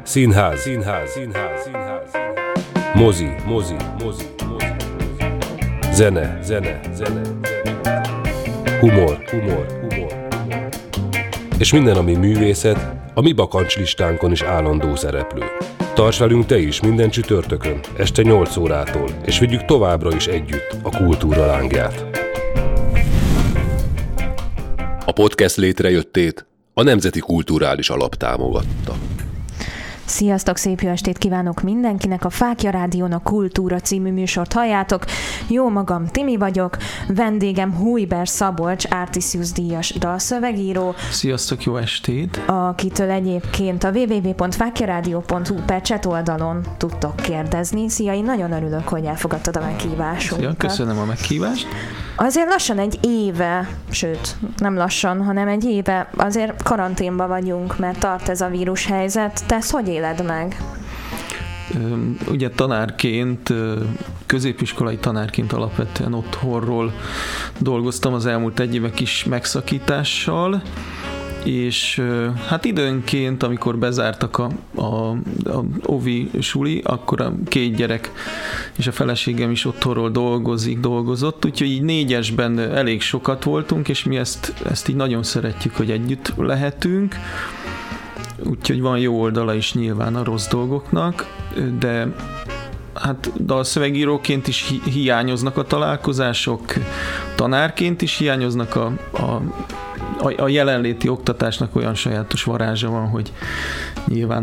Színház. Mozi. Zene. Humor. És minden, ami művészet, a mi bakancslistánkon is állandó szereplő. Tarts velünk te is minden csütörtökön, este 8 órától, és vigyük továbbra is együtt a kultúra lángját. A podcast létrejöttét a Nemzeti Kulturális Alap támogatta. Sziasztok, szép jó estét kívánok mindenkinek! A Fáklya Rádión a Kultúra című műsort halljátok. Jó magam, Timi vagyok, vendégem Hujber Szabolcs, Artisius díjas dalszövegíró. Sziasztok, jó estét! Akitől egyébként a www.faklaradio.hu per chat oldalon tudtok kérdezni. Szia, én nagyon örülök, hogy elfogadtad a meghívásunkat. Szia, köszönöm a meghívást! Azért lassan egy éve, sőt, nem lassan, hanem egy éve azért karanténban vagyunk, mert tart ez a vírushelyzet. Te ezt hogy éled meg? Ugye tanárként, középiskolai tanárként alapvetően otthonról dolgoztam az elmúlt egy éve kis megszakítással, és hát időnként, amikor bezártak a ovi suli, akkor a 2 gyerek és a feleségem is otthonról dolgozott, úgyhogy így 4-esben elég sokat voltunk, és mi ezt így nagyon szeretjük, hogy együtt lehetünk, úgyhogy van jó oldala is nyilván a rossz dolgoknak, de hát dalszövegíróként is hiányoznak a találkozások, tanárként is hiányoznak a jelenléti oktatásnak olyan sajátos varázsa van, hogy nyilván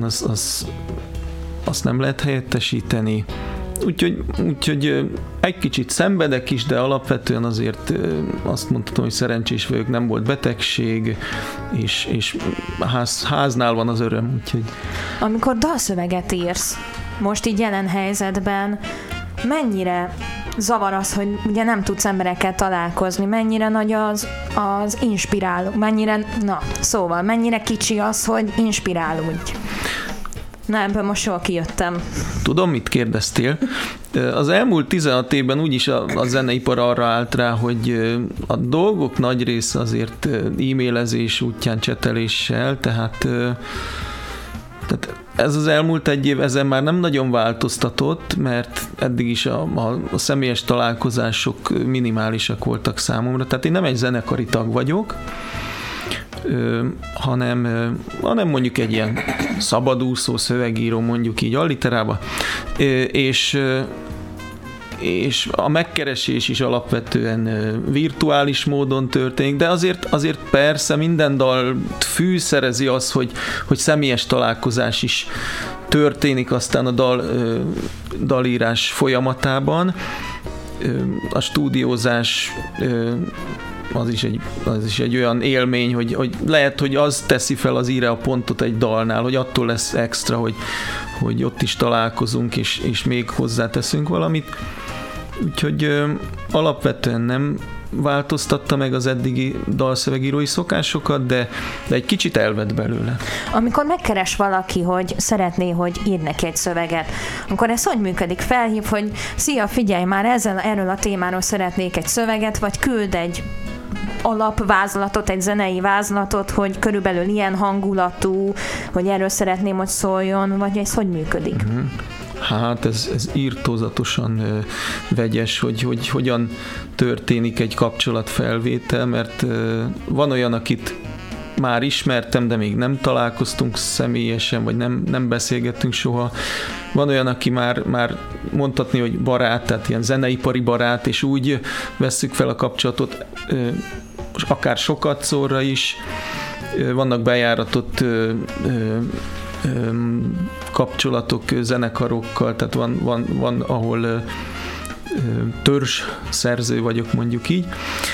azt nem lehet helyettesíteni. Úgyhogy egy kicsit szenvedek is, de alapvetően azért azt mondhatom, hogy szerencsés vagyok, nem volt betegség, és háznál van az öröm. Úgyhogy... Amikor dalszöveget írsz, most így jelen helyzetben, mennyire zavar az, hogy ugye nem tudsz emberekkel találkozni, mennyire nagy az inspiráló, mennyire kicsi az, hogy inspirálódj. Na, ebből most jól kijöttem. Tudom, mit kérdeztél. Az elmúlt 16 évben úgyis a zeneipar arra állt rá, hogy a dolgok nagy része azért e-mailezés útján, cseteléssel, tehát ez az elmúlt egy év ezen már nem nagyon változtatott, mert eddig is a személyes találkozások minimálisak voltak számomra. Tehát én nem egy zenekari tag vagyok, hanem mondjuk egy ilyen szabadúszó szövegíró, mondjuk így alliterába, és a megkeresés is alapvetően virtuális módon történik, de azért persze minden dal fűszerezi az, hogy személyes találkozás is történik aztán a dalírás folyamatában. A stúdiózás az is egy olyan élmény, hogy lehet, hogy az teszi fel az íre a pontot egy dalnál, hogy attól lesz extra, hogy ott is találkozunk, és még hozzáteszünk valamit. Úgyhogy alapvetően nem változtatta meg az eddigi dalszövegírói szokásokat, de egy kicsit elvett belőle. Amikor megkeres valaki, hogy szeretné, hogy írd neki egy szöveget, akkor ez hogy működik? Felhív, hogy szia, figyelj már, erről a témáról szeretnék egy szöveget, vagy küld egy alapvázlatot, egy zenei vázlatot, hogy körülbelül ilyen hangulatú, hogy erről szeretném, hogy szóljon, vagy ez hogy működik? Hát ez irtózatosan vegyes, hogy hogyan történik egy kapcsolatfelvétel, mert van olyan, akit már ismertem, de még nem találkoztunk személyesen, vagy nem beszélgettünk soha. Van olyan, aki már mondhatni, hogy barát, tehát ilyen zeneipari barát, és úgy vesszük fel a kapcsolatot, akár sokadszorra is. Vannak bejáratott kapcsolatok zenekarokkal, tehát van ahol törzs szerző vagyok, mondjuk így.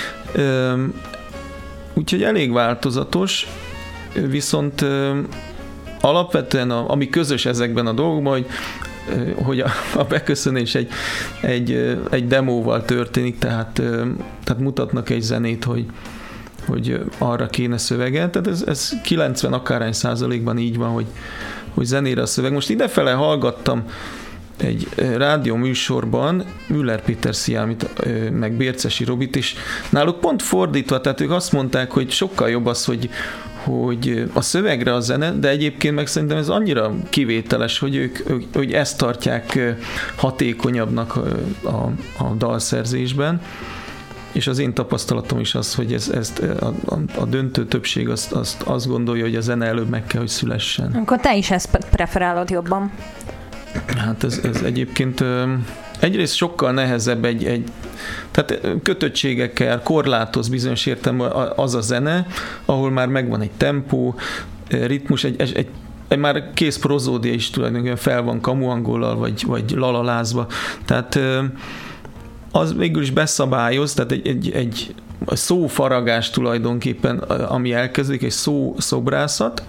Úgyhogy elég változatos, viszont alapvetően ami közös ezekben a dolgokban, hogy a beköszönés egy demóval történik, tehát mutatnak egy zenét, hogy arra kéne szöveget, tehát ez 90 akárhány százalékban így van, hogy zenére a szöveg. Most idefele hallgattam egy rádió műsorban Müller Péter Sziámit, meg Bércesi Robit, és náluk pont fordítva, tehát ők azt mondták, hogy sokkal jobb az, hogy a szövegre a zene, de egyébként meg szerintem ez annyira kivételes, hogy ők ezt tartják hatékonyabbnak a dalszerzésben, és az én tapasztalatom is az, hogy ezt a döntő többség azt gondolja, hogy a zene előbb meg kell, hogy szülessen. Akkor te is ezt preferálod jobban. Hát ez egyébként egyrészt sokkal nehezebb tehát kötöttségekkel korlátoz bizonyos értelemben az a zene, ahol már megvan egy tempó, ritmus, egy már kész prozódia is tulajdonképpen fel van kamuangollal, vagy lalalázva. Tehát az végül is beszabályoz, tehát egy szófaragás tulajdonképpen, ami elkezdődik, egy szobrászat.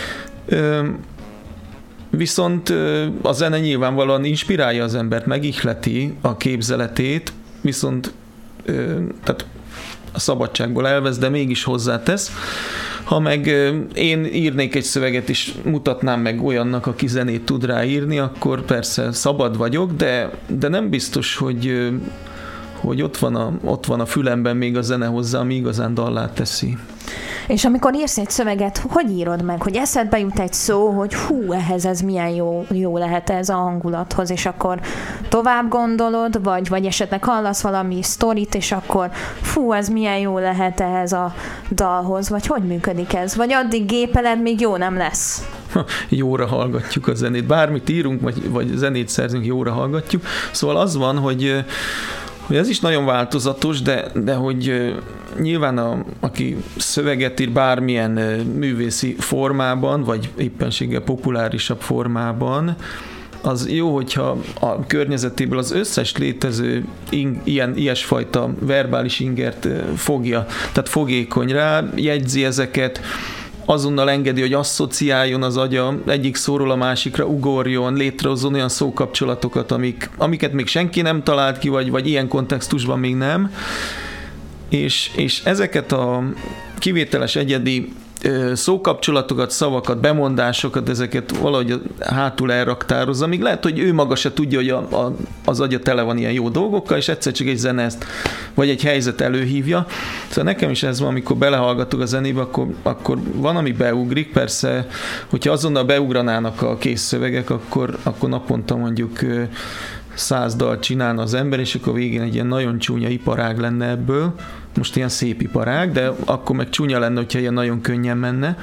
Viszont a zene nyilvánvalóan inspirálja az embert, megihleti a képzeletét, viszont tehát a szabadságból elvesz, de mégis hozzátesz. Ha meg én írnék egy szöveget, és mutatnám meg olyannak, aki zenét tud rá írni, akkor persze szabad vagyok, de nem biztos, hogy ott van a fülemben még a zene hozzá, ami igazán dallá teszi. És amikor írsz egy szöveget, hogy írod meg? Hogy eszedbe jut egy szó, hogy hú, ehhez ez milyen jó lehet ez a hangulathoz, és akkor tovább gondolod, vagy esetleg hallasz valami sztorit, és akkor fú, ez milyen jó lehet ehhez a dalhoz, vagy hogy működik ez? Vagy addig gépeled, még jó nem lesz? Jóra hallgatjuk a zenét. Bármit írunk, vagy zenét szerzünk, jóra hallgatjuk. Szóval az van, hogy ez is nagyon változatos, de hogy nyilván aki szöveget ír bármilyen művészi formában, vagy éppenséggel populárisabb formában, az jó, hogyha a környezetéből az összes létező ilyesfajta verbális ingert fogja, tehát fogékony rá, jegyzi ezeket, azonnal engedi, hogy asszociáljon az agya, egyik szóról a másikra ugorjon, létrehozzon olyan szókapcsolatokat, amiket még senki nem talált ki, vagy ilyen kontextusban még nem. És ezeket a kivételes egyedi szókapcsolatokat, szavakat, bemondásokat, ezeket valahogy hátul elraktározza, amíg lehet, hogy ő maga se tudja, hogy az agya tele van ilyen jó dolgokkal, és egyszer csak egy zene ezt, vagy egy helyzet előhívja. Szóval nekem is ez van, amikor belehallgatok a zenébe, akkor van, ami beugrik, persze, hogyha azonnal beugranának a kész szövegek, akkor naponta mondjuk 100 dalt csinálna az ember, és akkor végén egy ilyen nagyon csúnya iparág lenne ebből. Most ilyen szép iparág, de akkor meg csúnya lenne, hogyha ilyen nagyon könnyen menne.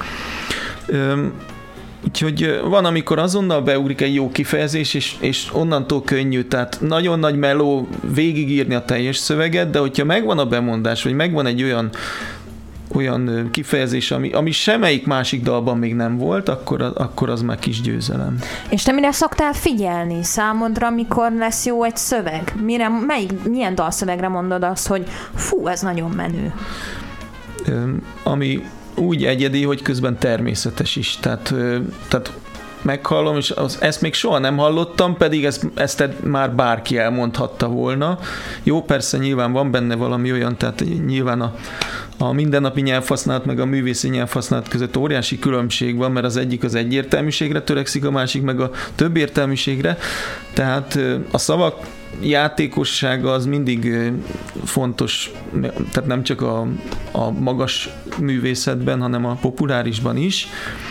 Úgyhogy van, amikor azonnal beugrik egy jó kifejezés, és onnantól könnyű, tehát nagyon nagy meló végigírni a teljes szöveget, de hogyha megvan a bemondás, vagy megvan egy olyan kifejezés, ami semmelyik másik dalban még nem volt, akkor az már kis győzelem. És te mire szoktál figyelni számodra, mikor lesz jó egy szöveg? Milyen dalszövegre mondod azt, hogy fú, ez nagyon menő? Ami úgy egyedi, hogy közben természetes is. Tehát meghallom, és ezt még soha nem hallottam, pedig ezt már bárki elmondhatta volna. Jó, persze nyilván van benne valami olyan, tehát nyilván a mindennapi nyelvhasználat meg a művészi nyelvhasználat között óriási különbség van, mert az egyik az egyértelműségre törekszik, a másik meg a többértelműségre. Tehát a szavak játékossága az mindig fontos, tehát nem csak a magas művészetben, hanem a populárisban is.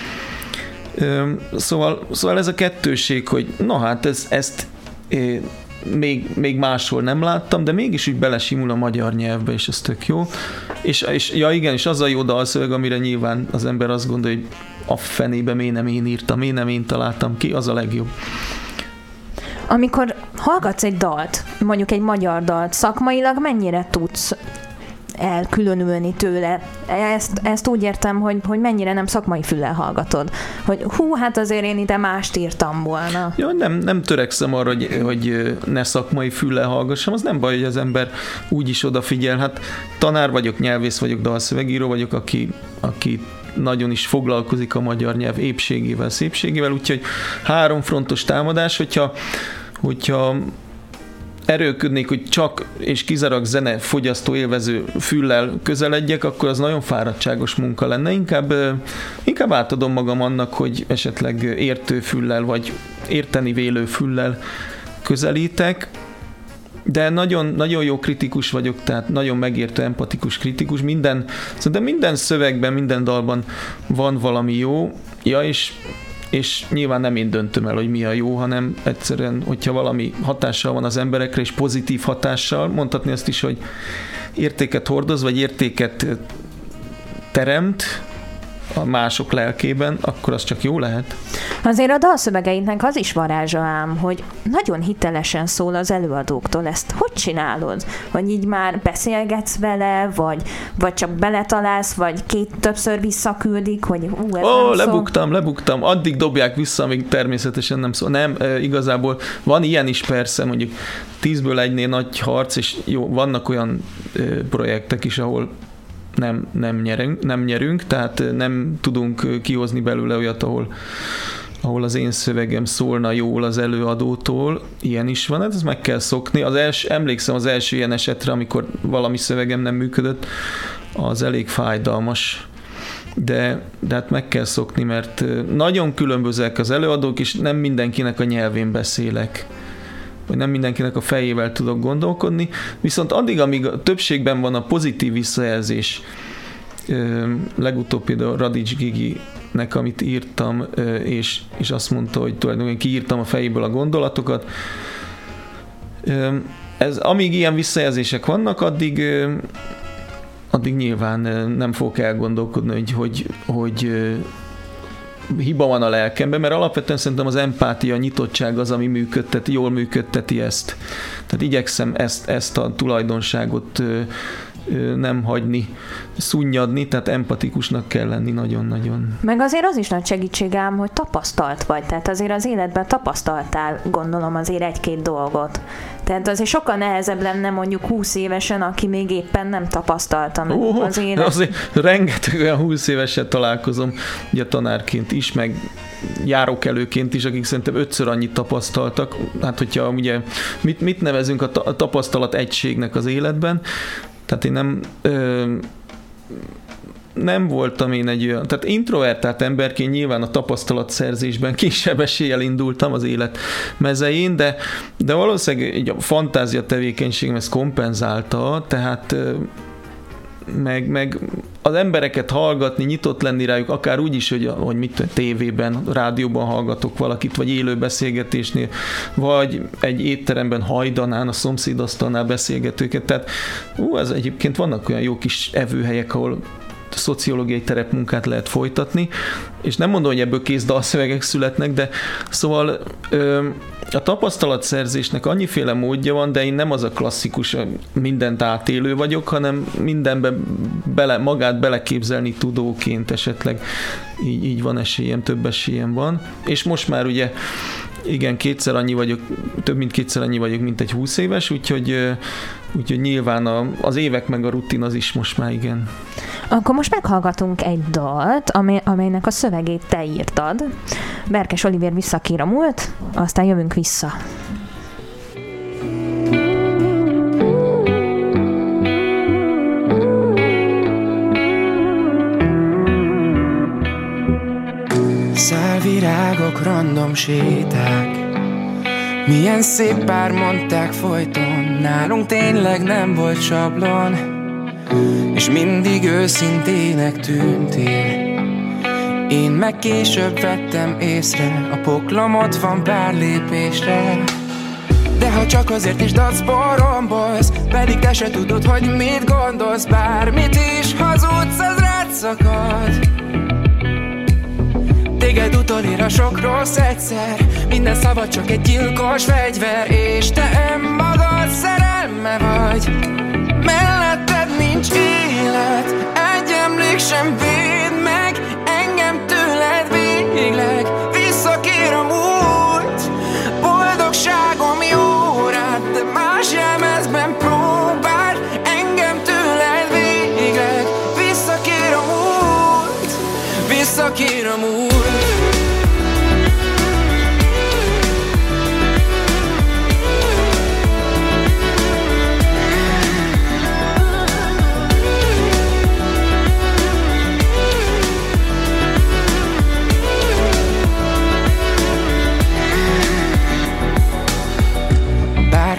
Szóval ez a kettőség, hogy na hát ezt még máshol nem láttam, de mégis úgy belesimul a magyar nyelvbe, és ez tök jó. És ja igen, és az a jó dalszöveg, amire nyilván az ember azt gondolja, hogy a fenébe miért nem én írtam, miért nem én találtam ki, az a legjobb. Amikor hallgatsz egy dalt, mondjuk egy magyar dalt, szakmailag mennyire tudsz elkülönülni tőle? Ezt úgy értem, hogy mennyire nem szakmai füllel hallgatod. Hogy hát azért én ide mást írtam volna. Ja, nem törekszem arra, hogy ne szakmai füllel hallgassam. Az nem baj, hogy az ember úgy is odafigyel. Hát tanár vagyok, nyelvész vagyok, dalszövegíró vagyok, aki nagyon is foglalkozik a magyar nyelv épségével, szépségével, úgyhogy 3 frontos támadás, hogyha erőlködnék, hogy csak és kizárólag zenefogyasztó élvező füllel közeledjek, akkor az nagyon fáradtságos munka lenne. Inkább átadom magam annak, hogy esetleg értő füllel, vagy érteni vélő füllel közelítek. de nagyon, nagyon jó kritikus vagyok, tehát nagyon megértő, empatikus kritikus. Szerintem minden szövegben, minden dalban van valami jó, és nyilván nem én döntöm el, hogy mi a jó, hanem egyszerűen, hogyha valami hatással van az emberekre, és pozitív hatással, mondhatni azt is, hogy értéket hordoz, vagy értéket teremt a mások lelkében, akkor az csak jó lehet. Azért a dalszövegeinknek az is varázsa ám, hogy nagyon hitelesen szól az előadóktól. Ezt hogy csinálod? Vagy így már beszélgetsz vele, vagy csak beletalálsz, vagy többször visszaküldik, hogy ez lebuktam. Addig dobják vissza, amíg természetesen nem szól. Nem, igazából van ilyen is persze, mondjuk 10-ből 1-nél nagy harc, és jó, vannak olyan projektek is, ahol nem nyerünk, tehát nem tudunk kihozni belőle olyat, ahol az én szövegem szólna jól az előadótól. Ilyen is van, hát ezt meg kell szokni. Emlékszem az első ilyen esetre, amikor valami szövegem nem működött, az elég fájdalmas. De hát meg kell szokni, mert nagyon különbözőek az előadók, és nem mindenkinek a nyelvén beszélek, vagy nem mindenkinek a fejével tudok gondolkodni, viszont addig, amíg a többségben van a pozitív visszajelzés, legutóbb például Radics Giginek, amit írtam, és azt mondta, hogy tulajdonképpen kiírtam a fejéből a gondolatokat, amíg ilyen visszajelzések vannak, addig nyilván nem fogok elgondolkodni, hogy hiba van a lelkemben, mert alapvetően szerintem az empátia, a nyitottság az, ami jól működteti ezt. Tehát igyekszem ezt a tulajdonságot nem hagyni szunnyadni, tehát empatikusnak kell lenni nagyon-nagyon. Meg azért az is nagy segítség ám, hogy tapasztalt vagy, tehát azért az életben tapasztaltál, gondolom, azért egy-két dolgot. Tehát azért sokkal nehezebb lenne mondjuk 20 évesen, aki még éppen nem tapasztalta meg az élet. Azért rengeteg olyan 20 éveset találkozom, ugye tanárként is, meg járókelőként is, akik szerintem 5-ször annyit tapasztaltak. Hát hogyha ugye mit nevezünk a tapasztalat egységnek az életben, tehát én nem voltam én egy olyan, tehát introvertált emberként nyilván a tapasztalatszerzésben kisebb eséllyel indultam az élet mezején, de valószínűleg a fantázia tevékenységem ezt kompenzálta, tehát meg az embereket hallgatni, nyitott lenni rájuk, akár úgy is, hogy mit tévében, rádióban hallgatok valakit, vagy élő beszélgetésnél, vagy egy étteremben hajdanán, a szomszédasztalnál beszélgetőket. Tehát ez egyébként vannak olyan jó kis evőhelyek, ahol szociológiai terepmunkát lehet folytatni, és nem mondom, hogy ebből kész dalszövegek születnek, de szóval a tapasztalatszerzésnek annyiféle módja van, de én nem az a klasszikus, mindent átélő vagyok, hanem mindenbe magát beleképzelni tudóként esetleg így van esélyem, több esélyem van. És most már ugye igen, több mint kétszer annyi vagyok, mint egy 20 éves, úgyhogy nyilván az évek meg a rutin az is most már igen. Akkor most meghallgatunk egy dalt, amelynek a szövegét te írtad. Berkes Olivér Visszakér a múlt, aztán jövünk vissza. Szálvirágok, random séták, milyen szép pár, mondták folyton, nálunk tényleg nem volt sablon, és mindig őszintének tűntél. Én meg később vettem észre, a poklom ott van pár lépésre. De ha csak azért is dacból rombolsz, pedig te se tudod, hogy mit gondolsz, bármit is hazudsz, az rád szakad. Téged utolér a sok rossz egyszer, minden szabad csak egy gyilkos fegyver, és te önmagad szerelme vagy. Melletted nincs élet, egy emlék sem véd meg engem tőled végleg. Visszakér a múlt, boldogságom jó rád, de más jelmezben próbál engem tőled végleg. Visszakér a múlt, visszakér a múlt.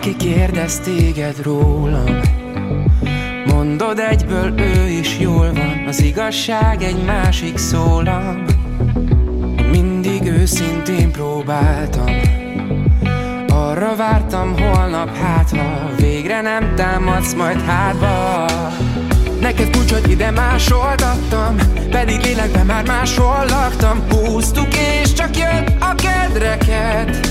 bárki kérdez téged rólam, mondod egyből, ő is jól van. Az igazság egy másik szólam. Mindig őszintén próbáltam, arra vártam holnap, hát ha végre nem támadsz majd hátba. Neked kulcsot ide másoltattam, pedig lélekben már máshol laktam. Húztuk és csak jött a kedreket,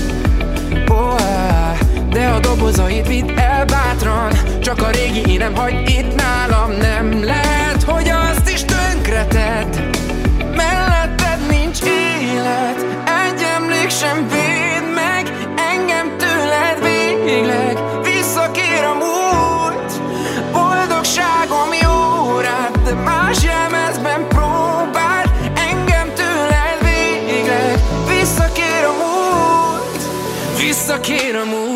de a dobozait vidd el bátran, csak a régi én nem hagy itt nálam. Nem lehet, hogy azt is tönkreted, melletted nincs élet. Egy emlék sem véd meg engem tőled végleg. Visszakér a múlt, boldogságom jó rád, de más jelmezben próbáld engem tőled végleg. Visszakér a múlt, visszakér a múlt.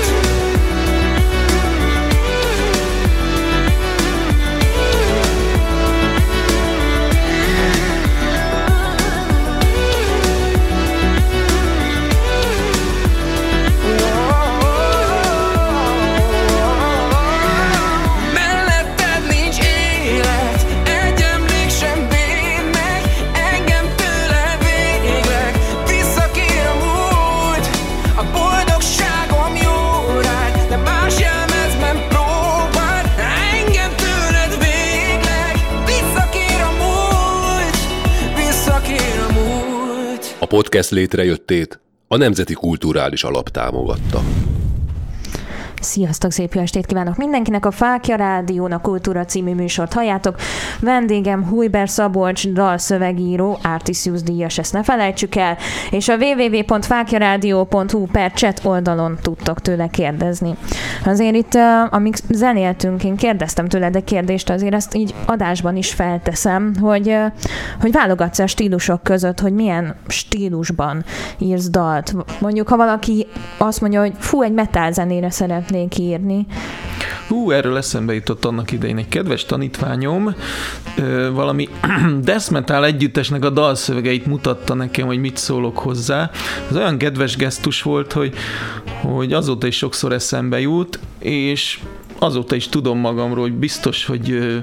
A podcast létrejöttét a Nemzeti Kulturális Alap támogatta. Sziasztok, szép jó estét kívánok mindenkinek! A Fáklya Rádión a Kultúra című műsort halljátok. Vendégem Hujber Szabolcs, dalszövegíró, Artisius díjas, ezt ne felejtsük el, és a www.faklaradio.hu/chat oldalon tudtok tőle kérdezni. Azért itt, amíg zenéltünk, én kérdeztem tőle, de kérdést azért ezt így adásban is felteszem, hogy válogatsz a stílusok között, hogy milyen stílusban írsz dalt. Mondjuk, ha valaki azt mondja, hogy fú, egy metal zenére szeretnék írni. Erről eszembe jutott annak idején egy kedves tanítványom, valami death metal együttesnek a dalszövegeit mutatta nekem, hogy mit szólok hozzá. Ez olyan kedves gesztus volt, hogy azóta is sokszor eszembe jut, és azóta is tudom magamról, hogy biztos, hogy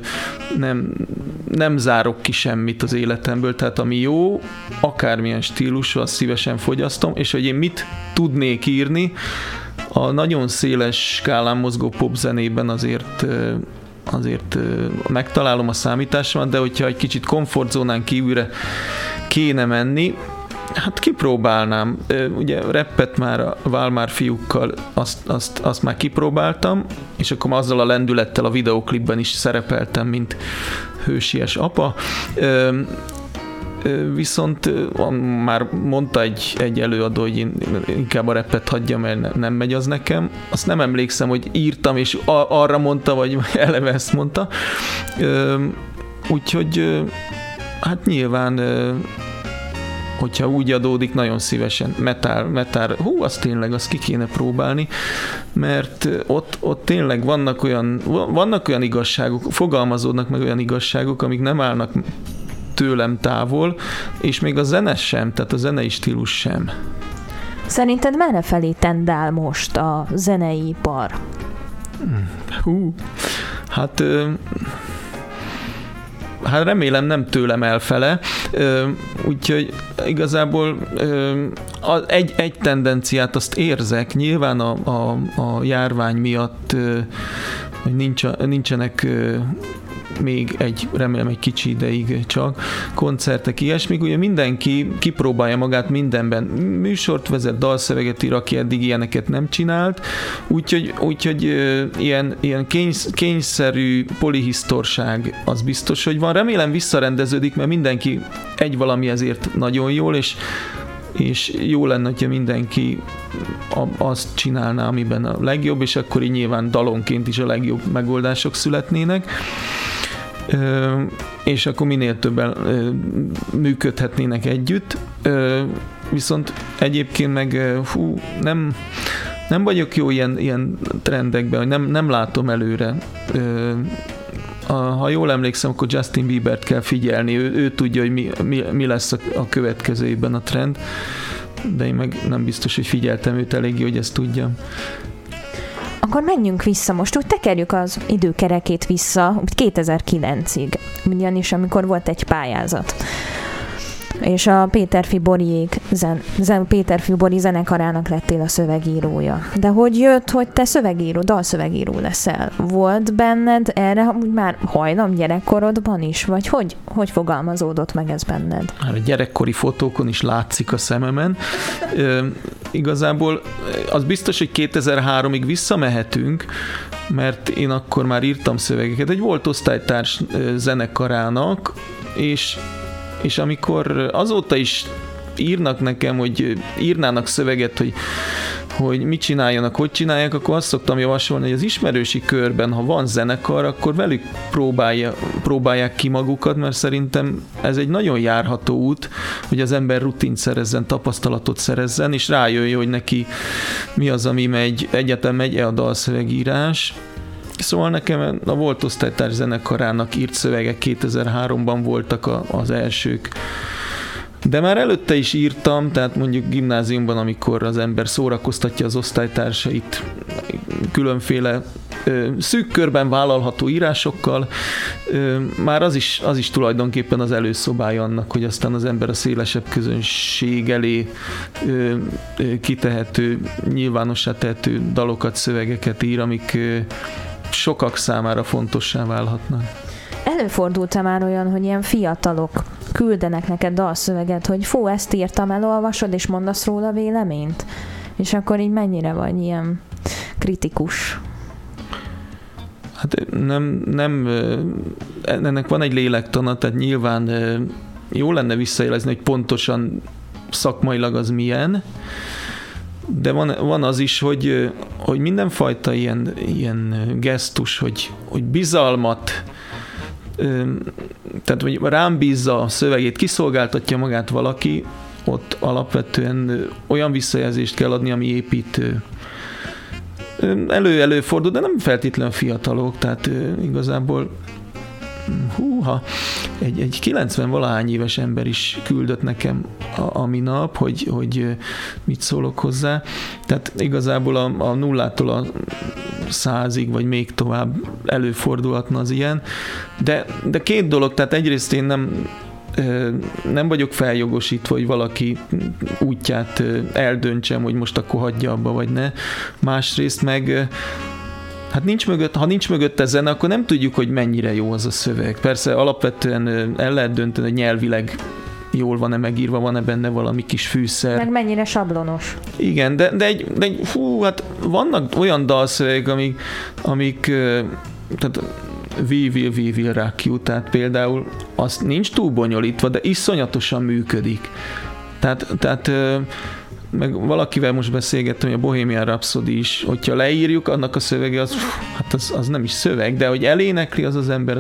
nem zárok ki semmit az életemből, tehát ami jó, akármilyen stílusú, azt szívesen fogyasztom, és hogy én mit tudnék írni, a nagyon széles skálán mozgó popzenében azért megtalálom a számításomat, de hogyha egy kicsit komfortzónán kívülre kéne menni, hát kipróbálnám. Ugye rappet már a Válmár fiúkkal, azt már kipróbáltam, és akkor azzal a lendülettel a videóklipben is szerepeltem, mint hősies apa. Viszont már mondta egy előadó, hogy én inkább a rappet hagyjam, mert nem megy az nekem. Azt nem emlékszem, hogy írtam, és arra mondta, vagy eleve ezt mondta. Úgyhogy hát nyilván, hogyha úgy adódik, nagyon szívesen metal, azt tényleg, azt ki kéne próbálni, mert ott tényleg vannak olyan igazságok, fogalmazódnak meg olyan igazságok, amik nem állnak tőlem távol, és még a zene sem, tehát a zenei stílus sem. Szerinted merre felé tendál most a zenei ipar? Hát remélem nem tőlem elfele, úgyhogy igazából egy tendenciát azt érzek, nyilván a járvány miatt, hogy nincsenek még remélem egy kicsi ideig csak koncertek, ilyesmik, ugye mindenki kipróbálja magát mindenben. Műsort vezet, dalszöveget ír, aki eddig ilyeneket nem csinált, úgyhogy ilyen kényszerű polihisztorság az biztos, hogy van. Remélem visszarendeződik, mert mindenki egy valami ezért nagyon jól, és jó lenne, hogyha mindenki azt csinálná, amiben a legjobb, és akkor így nyilván dalonként is a legjobb megoldások születnének. És akkor minél többen működhetnének együtt. Viszont egyébként meg nem vagyok jó ilyen trendekben, hogy nem látom előre. Ha jól emlékszem, akkor Justin Biebert kell figyelni, ő tudja, hogy mi lesz a következő évben a trend, de én meg nem biztos, hogy figyeltem őt eléggé, hogy ezt tudjam. akkor menjünk vissza most, úgy tekerjük az időkerekét vissza 2009-ig, ugyanis amikor volt egy pályázat. És a Péterfi Bori zenekarának lettél a szövegírója. De hogy jött, hogy te dalszövegíró leszel? Volt benned erre úgy már hajlam gyerekkorodban is? Vagy hogy fogalmazódott meg ez benned? Már a gyerekkori fotókon is látszik a szememen. Igazából az biztos, hogy 2003-ig visszamehetünk, mert én akkor már írtam szövegeket. Egy volt osztálytárs zenekarának, és amikor azóta is írnak nekem, hogy írnának szöveget, hogy mit csináljanak, hogy csinálják, akkor azt szoktam javasolni, hogy az ismerősi körben, ha van zenekar, akkor velük próbálják ki magukat, mert szerintem ez egy nagyon járható út, hogy az ember rutint szerezzen, tapasztalatot szerezzen, és rájöjjön, hogy neki mi az, ami egyetem megy a dalszövegírás. Szóval nekem a volt osztálytárs zenekarának írt szövegek 2003-ban voltak az elsők. De már előtte is írtam, tehát mondjuk gimnáziumban, amikor az ember szórakoztatja az osztálytársait különféle szűk körben vállalható írásokkal, már az is tulajdonképpen az előszobája annak, hogy aztán az ember a szélesebb közönség elé kitehető, nyilvánossá tehető dalokat, szövegeket ír, amik sokak számára fontossá válhatnak. Előfordult-e már olyan, hogy ilyen fiatalok küldenek neked dalszöveget, hogy ezt írtam, elolvasod, és mondasz róla véleményt? És akkor így mennyire vagy ilyen kritikus? Hát nem ennek van egy lélektana, tehát nyilván jó lenne visszajelezni, hogy pontosan szakmailag az milyen, de van az is, hogy mindenfajta ilyen gesztus, hogy bizalmat, tehát hogy rám bízza a szövegét, kiszolgáltatja magát valaki, ott alapvetően olyan visszajelzést kell adni, ami építő. Előfordul, de nem feltétlenül fiatalok, tehát igazából egy 90-valahány éves ember is küldött nekem a minap, hogy mit szólok hozzá. Tehát igazából a 0-tól a 100-ig, vagy még tovább előfordulhatna az ilyen. De két dolog, tehát egyrészt én nem vagyok feljogosítva, hogy valaki útját eldöntsem, hogy most akkor hagyja abba, vagy ne. Másrészt meg hát ha nincs mögötte zene, akkor nem tudjuk, hogy mennyire jó az a szöveg. Persze alapvetően el lehet dönteni, hogy nyelvileg jól van-e megírva, van-e benne valami kis fűszer. Meg mennyire sablonos. Igen, de hát vannak olyan dalszövegek, amik tehát we will rock you, tehát például az nincs túl bonyolítva, de iszonyatosan működik. Tehát meg valakivel most beszélgettem, hogy a Bohemian Rhapsody is, hogyha leírjuk, annak a szövege, az nem is szöveg, de hogy elénekli az ember,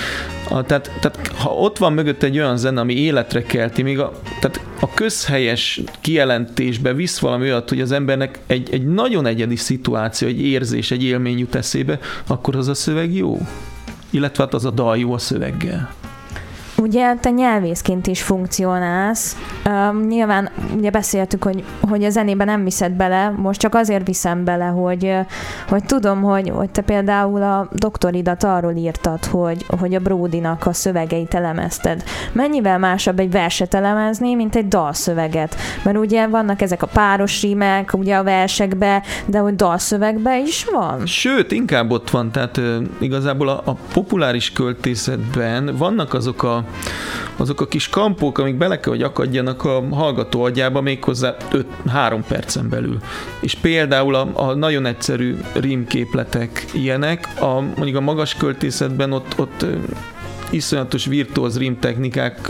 tehát ha ott van mögött egy olyan zene, ami életre kelti, még tehát a közhelyes kijelentésbe visz valami olyat, hogy az embernek egy nagyon egyedi szituáció, egy érzés, egy élmény jut eszébe, akkor az a szöveg jó. Illetve hát az a dal jó a szöveggel. Ugye te nyelvészként is funkcionálsz. Nyilván ugye beszéltük, hogy a zenében nem viszed bele, most csak azért viszem bele, hogy tudom, hogy te például a doktoridat arról írtad, hogy a Bródinak a szövegeit elemezted. Mennyivel másabb egy verset elemezni, mint egy dalszöveget? Mert ugye vannak ezek a páros rímek, ugye a versekbe, de hogy dalszövegbe is van? Sőt, inkább ott van, tehát igazából a populáris költészetben vannak azok a kis kampók, amik bele kell, hogy akadjanak a hallgató agyába méghozzá 3 percen belül. És például a nagyon egyszerű rímképletek ilyenek, mondjuk a magas költészetben ott iszonyatos virtuóz rímtechnikák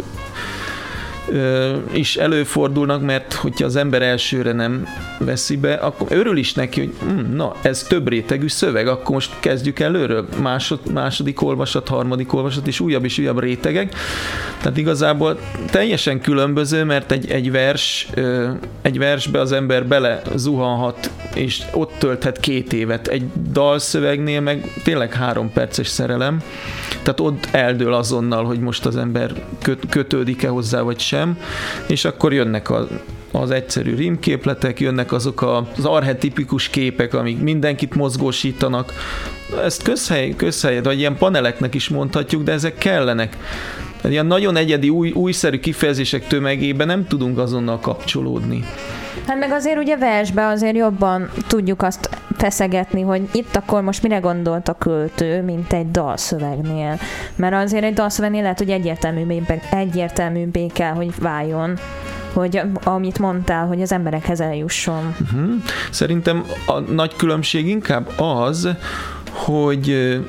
is előfordulnak, mert hogyha az ember elsőre nem veszi be, akkor örül is neki, hogy ez több rétegű szöveg, akkor most kezdjük előről, második olvasat, harmadik olvasat, és újabb rétegek. Tehát igazából teljesen különböző, mert egy versbe az ember bele zuhanhat, és ott tölthet 2 évet. Egy dalszövegnél meg tényleg 3 perces szerelem, tehát ott eldől azonnal, hogy most az ember kötődik-e hozzá, vagy sem. sem, és akkor jönnek az egyszerű rímképletek, jönnek azok az archetipikus képek, amik mindenkit mozgósítanak. Ezt közhely, vagy ilyen paneleknek is mondhatjuk, de ezek kellenek. Ilyen nagyon egyedi, újszerű kifejezések tömegében nem tudunk azonnal kapcsolódni. Hát meg azért ugye versbe azért jobban tudjuk azt feszegetni, hogy itt akkor most mire gondolt a költő, mint egy dalszövegnél. Mert azért egy dalszövegnél lehet, hogy egyértelműbbé kell, hogy váljon, hogy amit mondtál, hogy az emberekhez eljusson. Szerintem a nagy különbség inkább az, hogy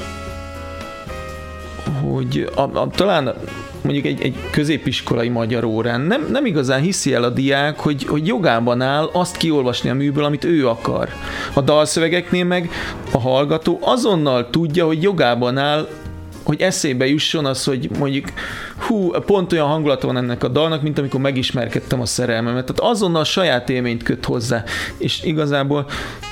talán mondjuk egy középiskolai magyar órán nem igazán hiszi el a diák, hogy jogában áll azt kiolvasni a műből, amit ő akar. A dalszövegeknél meg a hallgató azonnal tudja, hogy jogában áll, hogy eszébe jusson az, hogy mondjuk pont olyan hangulata van ennek a dalnak, mint amikor megismerkedtem a szerelmemet. Tehát azonnal saját élményt köt hozzá. És igazából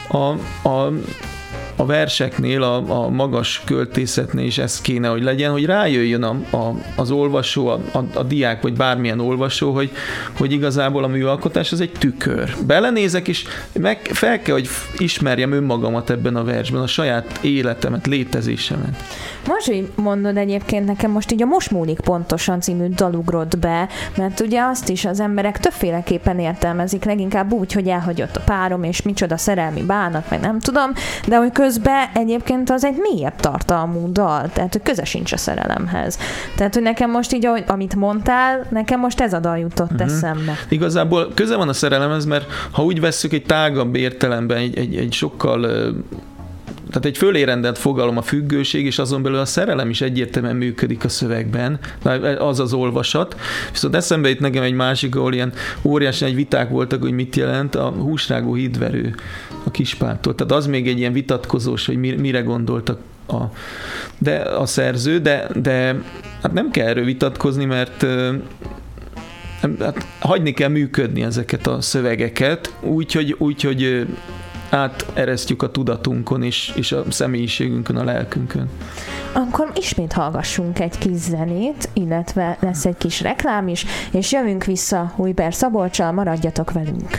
a verseknél, a magas költészetnél is ez kéne, hogy legyen, hogy rájöjjön az olvasó, a diák, vagy bármilyen olvasó, hogy igazából a műalkotás az egy tükör. Belenézek, és fel kell, hogy ismerjem önmagamat ebben a versben, a saját életemet, létezésemet. Most így mondod egyébként, nekem most így a Most múlik pontosan című dal ugrott be, mert ugye azt is az emberek többféleképpen értelmezik, leginkább úgy, hogy elhagyott a párom, és micsoda szerelmi bánat, meg nem tudom, de hogy közben egyébként az egy mélyebb tartalmú dal, tehát hogy köze sincs a szerelemhez. Tehát, hogy nekem most így, amit mondtál, nekem most ez a dal jutott eszembe. Igazából köze van a szerelemhez, mert ha úgy vesszük egy tágabb értelemben, egy sokkal... Tehát egy fölérendelt fogalom a függőség, és azon belül a szerelem is egyértelműen működik a szövegben, az az olvasat. Viszont eszembe jut nekem egy másik, ahol ilyen óriási nagy viták voltak, hogy mit jelent a húsrágó hídverő a Kispáltól. Tehát az még egy ilyen vitatkozós, hogy mire gondoltak a szerző, de hát nem kell erről vitatkozni, mert hát hagyni kell működni ezeket a szövegeket, úgyhogy áteresztjük a tudatunkon és a személyiségünkön, a lelkünkön. Akkor ismét hallgassunk egy kis zenét, illetve lesz egy kis reklám is, és jövünk vissza Újber Szabolccsal, maradjatok velünk!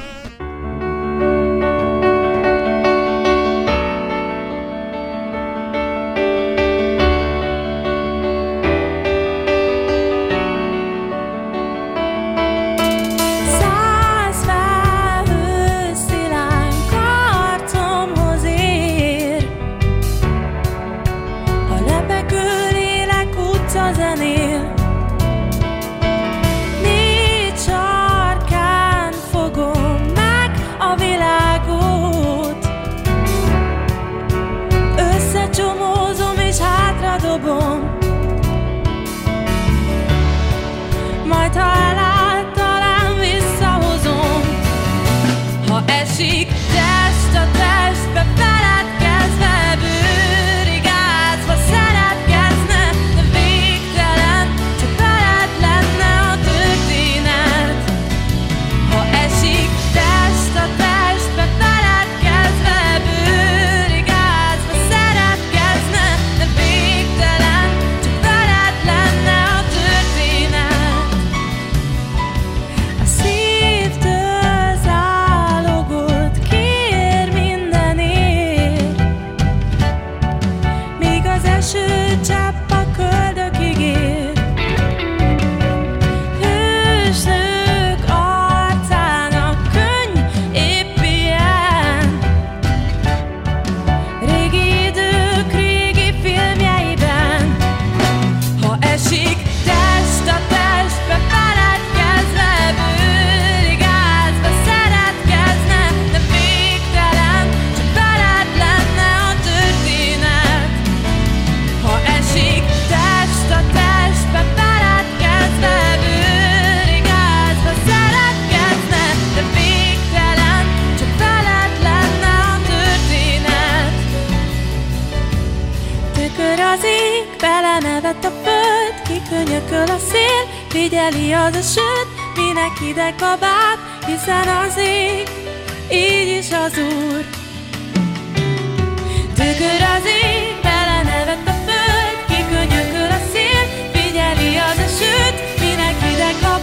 Majd ha elállt, talán visszahozom. Ha esik test a testbe, feledkezve, bőrig ázva szeretkezne, de végtelen, csak veled lenne a történet. Ha esik test a testbe, feledkezve, bőrig ázva szeretkezne, de végtelen, csak veled lenne a történet. A szívtől zálogot kér mindenért, míg az esőcsepp a köldökig ér. Hősnők arcának könny épp ilyen, régi idők régi filmjeiben. Ha esik test a testbe, feledkezve, bőrig ázva szeretkezne, de végtelen, csak veled lenne a történet. Ha esik test a testbe, feledkezve, bőrig ázva szeretkezne, de végtelen, csak veled lenne a történet. Tükör az ég, belenevett a föld, kikönyököl a szél, figyeli az a sőt, minek ide kabát, hiszen az ég, így is az Úr. Tükör az ég, belenevett a föld, kikönyököl a szél, figyeli az a sőt, minek ide kabát,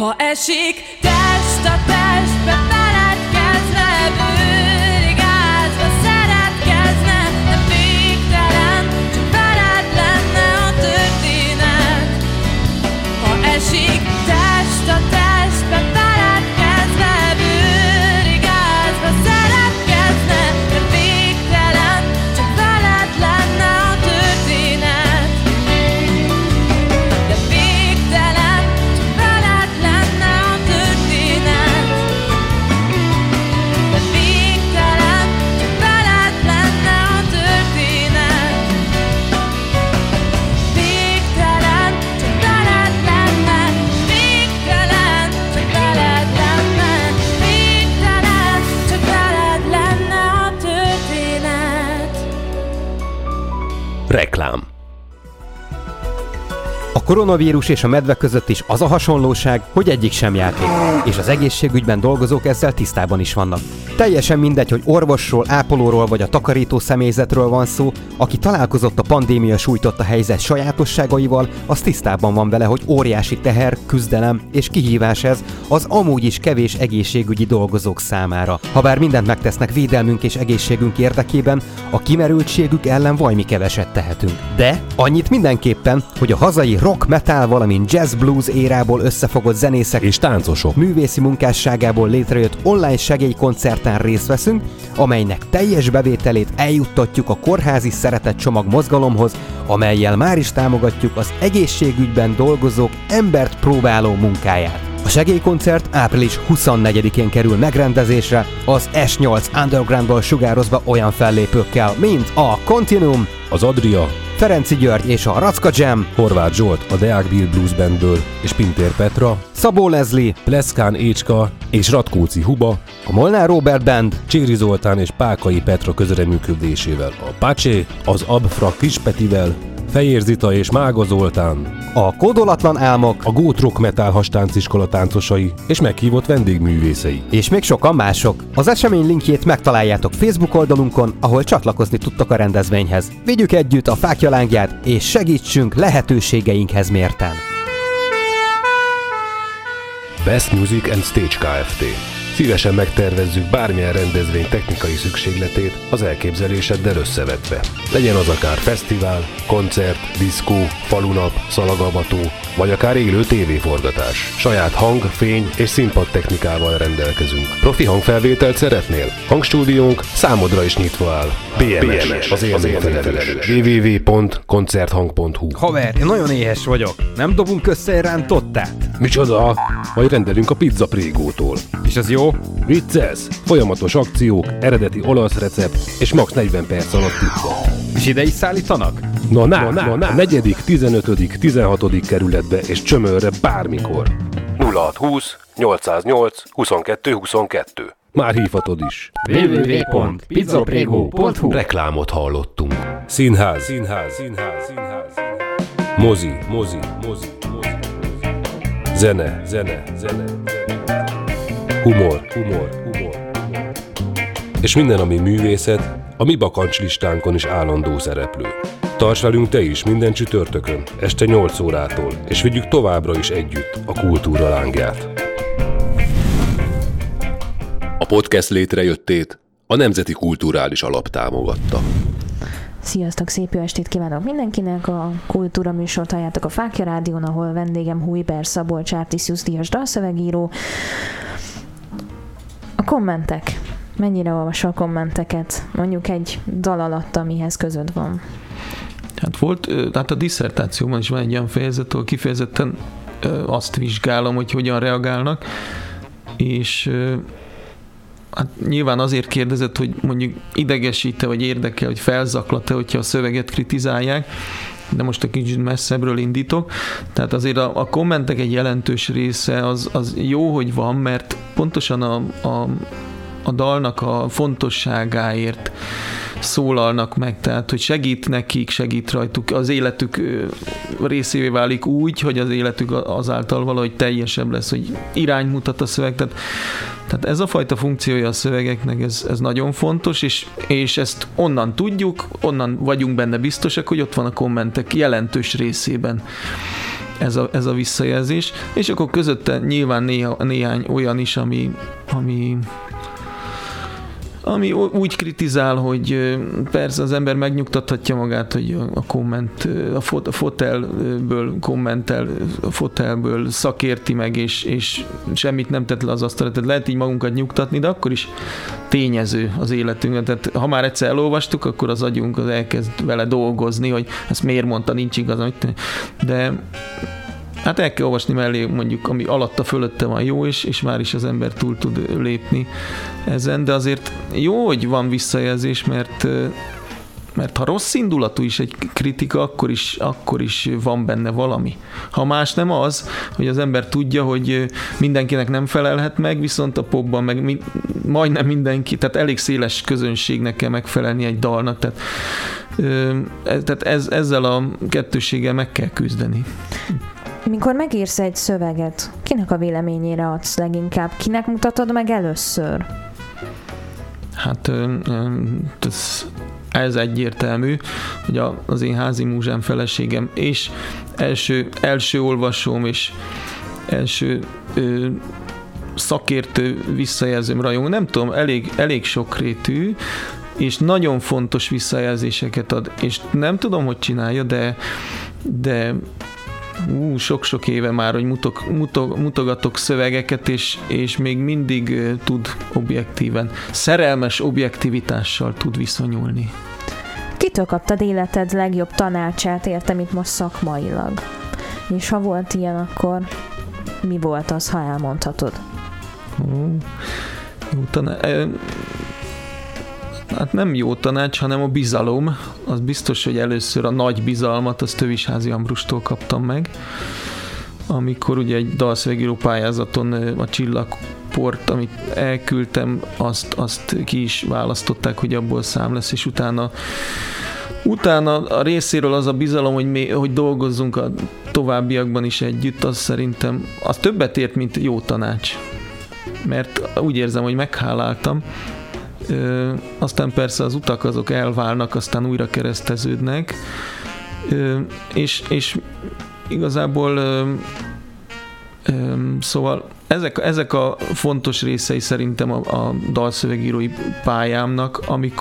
Ha esik test a testbe, feledkezve, bőrigázva szeretkezne, de végtelen, csak veled lenne a történet. Ha esik test a testbe, feledkezve, bőrigázva szeretkezne, de végtelen, csak veled lenne a történet. De végtelen, csak veled lenne a történet. De végtelen, csak veled lenne a történet. Végtelen, csak veled lenne. Végtelen, csak veled lenne. Végtelen, csak veled lenne a történet. Reklám. A koronavírus és a medve között is az a hasonlóság, hogy egyik sem játék, és az egészségügyben dolgozók ezzel tisztában is vannak. Teljesen mindegy, hogy orvosról, ápolóról vagy a takarító személyzetről van szó, aki találkozott a pandémia sújtotta helyzet sajátosságaival, az tisztában van vele, hogy óriási teher, küzdelem és kihívás ez az amúgy is kevés egészségügyi dolgozók számára. Habár mindent megtesznek védelmünk és egészségünk érdekében, a kimerültségük ellen vajmi keveset tehetünk. De annyit mindenképpen, hogy a hazai rock, metal, valamint jazz blues érából összefogott zenészek És táncosok. művészi munkásságából létrejött online segélykoncerten részt veszünk, amelynek teljes bevételét eljuttatjuk a kórházi szeretetcsomag mozgalomhoz, amellyel már is támogatjuk az egészségügyben dolgozók embert próbáló munkáját. A segélykoncert április 24-én kerül megrendezésre, az S8 Undergroundból sugározva olyan fellépőkkel, mint a Continuum, Az Adria, Ferenci György és a Racka Jam, Horváth Zsolt a Deák Bill Blues Bandből, és Pintér Petra, Szabó Leslie, Pleszkán Écska és Ratkóci Huba, a Molnár Robert Band, Cséri Zoltán és Pákai Petra közreműködésével a Pacsé, az Abfra Kispetivel, Fejér Zita és Mága Zoltán, a Kódolatlan Álmok, a Gót Rock Metal Hastánciskola táncosai és meghívott vendégművészei. és még sokan mások. Az esemény linkjét megtaláljátok Facebook oldalunkon, ahol csatlakozni tudtok a rendezvényhez. Vigyük együtt a fáklyangját, és segítsünk lehetőségeinkhez mérten. Best Music and Stage Kft. Szívesen megtervezzük bármilyen rendezvény technikai szükségletét az elképzeléseddel összevetve. Legyen az akár fesztivál, koncert, diszkó, falunap, szalagavató, vagy akár élő tévéforgatás. Saját hang, fény és színpad technikával rendelkezünk. Profi hangfelvételt szeretnél? Hangstúdiónk számodra is nyitva áll. BMS, az érzékfelelős. www.koncerthang.hu. Haver, én nagyon éhes vagyok. Nem dobunk össze egy rántottát? Micsoda? Majd rendelünk a Pizza Prégótól. És az jó? Vicces! Folyamatos akciók, eredeti olasz recept és max 40 perc alatt pizza. És ide is szállítanak? Na, a 4., 15., 16. kerületbe és Csömörre bármikor. 0620 808 22 22. Már hívhatod is. www.pizzaprego.hu. Reklámot hallottunk. Színház. Mozi. Zene. Humor. És minden, ami művészet, a mi bakancslistánkon is állandó szereplő. Tarts velünk te is minden csütörtökön, este 8 órától, és vigyük továbbra is együtt a kultúra lángját. A podcast létrejöttét a Nemzeti Kulturális Alap támogatta. Sziasztok, szép jó estét kívánok mindenkinek! A Kultúra műsort halljátok a Fáklya Rádión, ahol vendégem Hujber Szabolcs Artisius díjas dalszövegíró. A kommentek. Mennyire olvasol a kommenteket? Mondjuk egy dal alatt, amihez közöd van. Hát a disszertációban is van egy olyan fejezet, ahol kifejezetten azt vizsgálom, hogy hogyan reagálnak, és hát nyilván azért kérdezett, hogy mondjuk idegesít-e, vagy érdekel, hogy felzaklat-e, hogyha a szöveget kritizálják, de most egy kicsit messzebbről indítok. Tehát azért a kommentek egy jelentős része az jó, hogy van, mert pontosan a dalnak a fontosságáért szólalnak meg, tehát hogy segít nekik, segít rajtuk, az életük részévé válik úgy, hogy az életük azáltal valahogy teljesebb lesz, hogy irányt mutat a szöveg, tehát ez a fajta funkciója a szövegeknek, ez nagyon fontos, és ezt onnan tudjuk, onnan vagyunk benne biztosak, hogy ott van a kommentek jelentős részében. ez a visszajelzés, és akkor közötte nyilván néhány olyan is, ami úgy kritizál, hogy persze az ember megnyugtathatja magát, hogy a fotelből kommentel, a fotelből szakérti meg, és semmit nem tett le az asztalra. Tehát lehet így magunkat nyugtatni, de akkor is tényező az életünkben. Tehát ha már egyszer elolvastuk, akkor az agyunk az elkezd vele dolgozni, hogy ezt miért mondta, nincs igaz. De hát el kell olvasni mellé mondjuk, ami alatta fölötte van jó, és már is az ember túl tud lépni ezen, de azért jó, hogy van visszajelzés, mert ha rossz indulatú is egy kritika, akkor is van benne valami. Ha más nem az, hogy az ember tudja, hogy mindenkinek nem felelhet meg, viszont a popban meg majdnem mindenki, tehát elég széles közönségnek kell megfelelni egy dalnak, tehát ezzel a kettősséggel meg kell küzdeni. Mikor megírsz egy szöveget, kinek a véleményére adsz leginkább? Kinek mutatod meg először? Hát ez egyértelmű, hogy az én házi múzsám, feleségem és első olvasóm és első szakértő visszajelzőm, rajongó, nem tudom, elég sokrétű, és nagyon fontos visszajelzéseket ad, és nem tudom, hogy csinálja, de sok-sok éve már, hogy mutogatok szövegeket, és még mindig tud objektíven, szerelmes objektivitással tud viszonyulni. Kitől kaptad életed legjobb tanácsát, értem itt most szakmailag? És ha volt ilyen, akkor mi volt az, ha elmondhatod? Jó hát nem jó tanács, hanem a bizalom. Az biztos, hogy először a nagy bizalmat az Tövisházi Ambrustól kaptam meg, amikor ugye egy dalszövegíró pályázaton a Csillagport, amit elküldtem, azt ki is választották, hogy abból szám lesz, és utána a részéről az a bizalom, hogy dolgozzunk a továbbiakban is együtt, az szerintem az többet ért, mint jó tanács. Mert úgy érzem, hogy megháláltam. Aztán persze az utak azok elválnak, aztán újra kereszteződnek, és igazából szóval ezek a fontos részei szerintem a dalszövegírói pályámnak,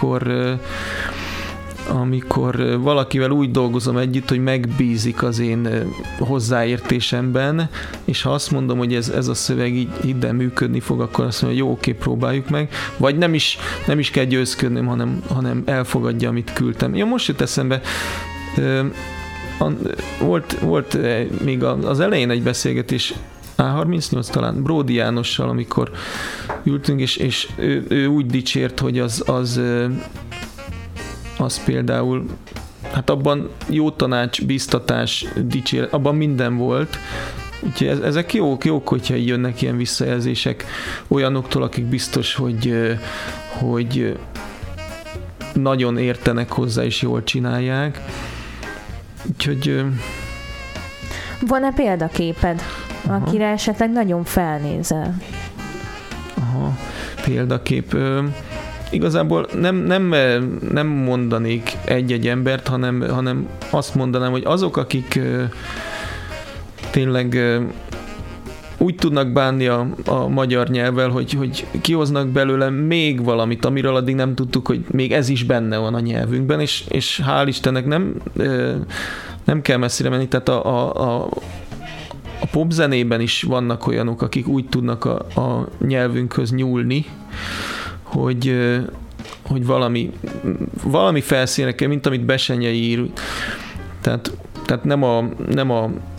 amikor valakivel úgy dolgozom együtt, hogy megbízik az én hozzáértésemben, és ha azt mondom, hogy ez a szöveg így ide működni fog, akkor azt mondja, hogy jó, oké, próbáljuk meg, vagy nem is kell győzködnöm, hanem elfogadja, amit küldtem. Ja, most jut eszembe, volt még az elején egy beszélgetés, A38 talán, Bródi Jánossal, amikor ültünk, és ő úgy dicsért, hogy az például, hát abban jó tanács, biztatás, dicséret, abban minden volt. Úgyhogy ezek jók, hogyha jönnek ilyen visszajelzések olyanoktól, akik biztos, hogy nagyon értenek hozzá, és jól csinálják. Úgyhogy... Van-e példaképed, akire esetleg nagyon felnézel? Aha, példakép... Igazából nem mondanék egy-egy embert, hanem azt mondanám, hogy azok, akik tényleg úgy tudnak bánni a magyar nyelvvel, hogy kihoznak belőle még valamit, amiről addig nem tudtuk, hogy még ez is benne van a nyelvünkben, és hál' Istennek nem kell messzire menni, tehát a popzenében is vannak olyanok, akik úgy tudnak a nyelvünkhöz nyúlni, hogy valami felszínekkel, mint amit Bessenyei ír. Tehát nem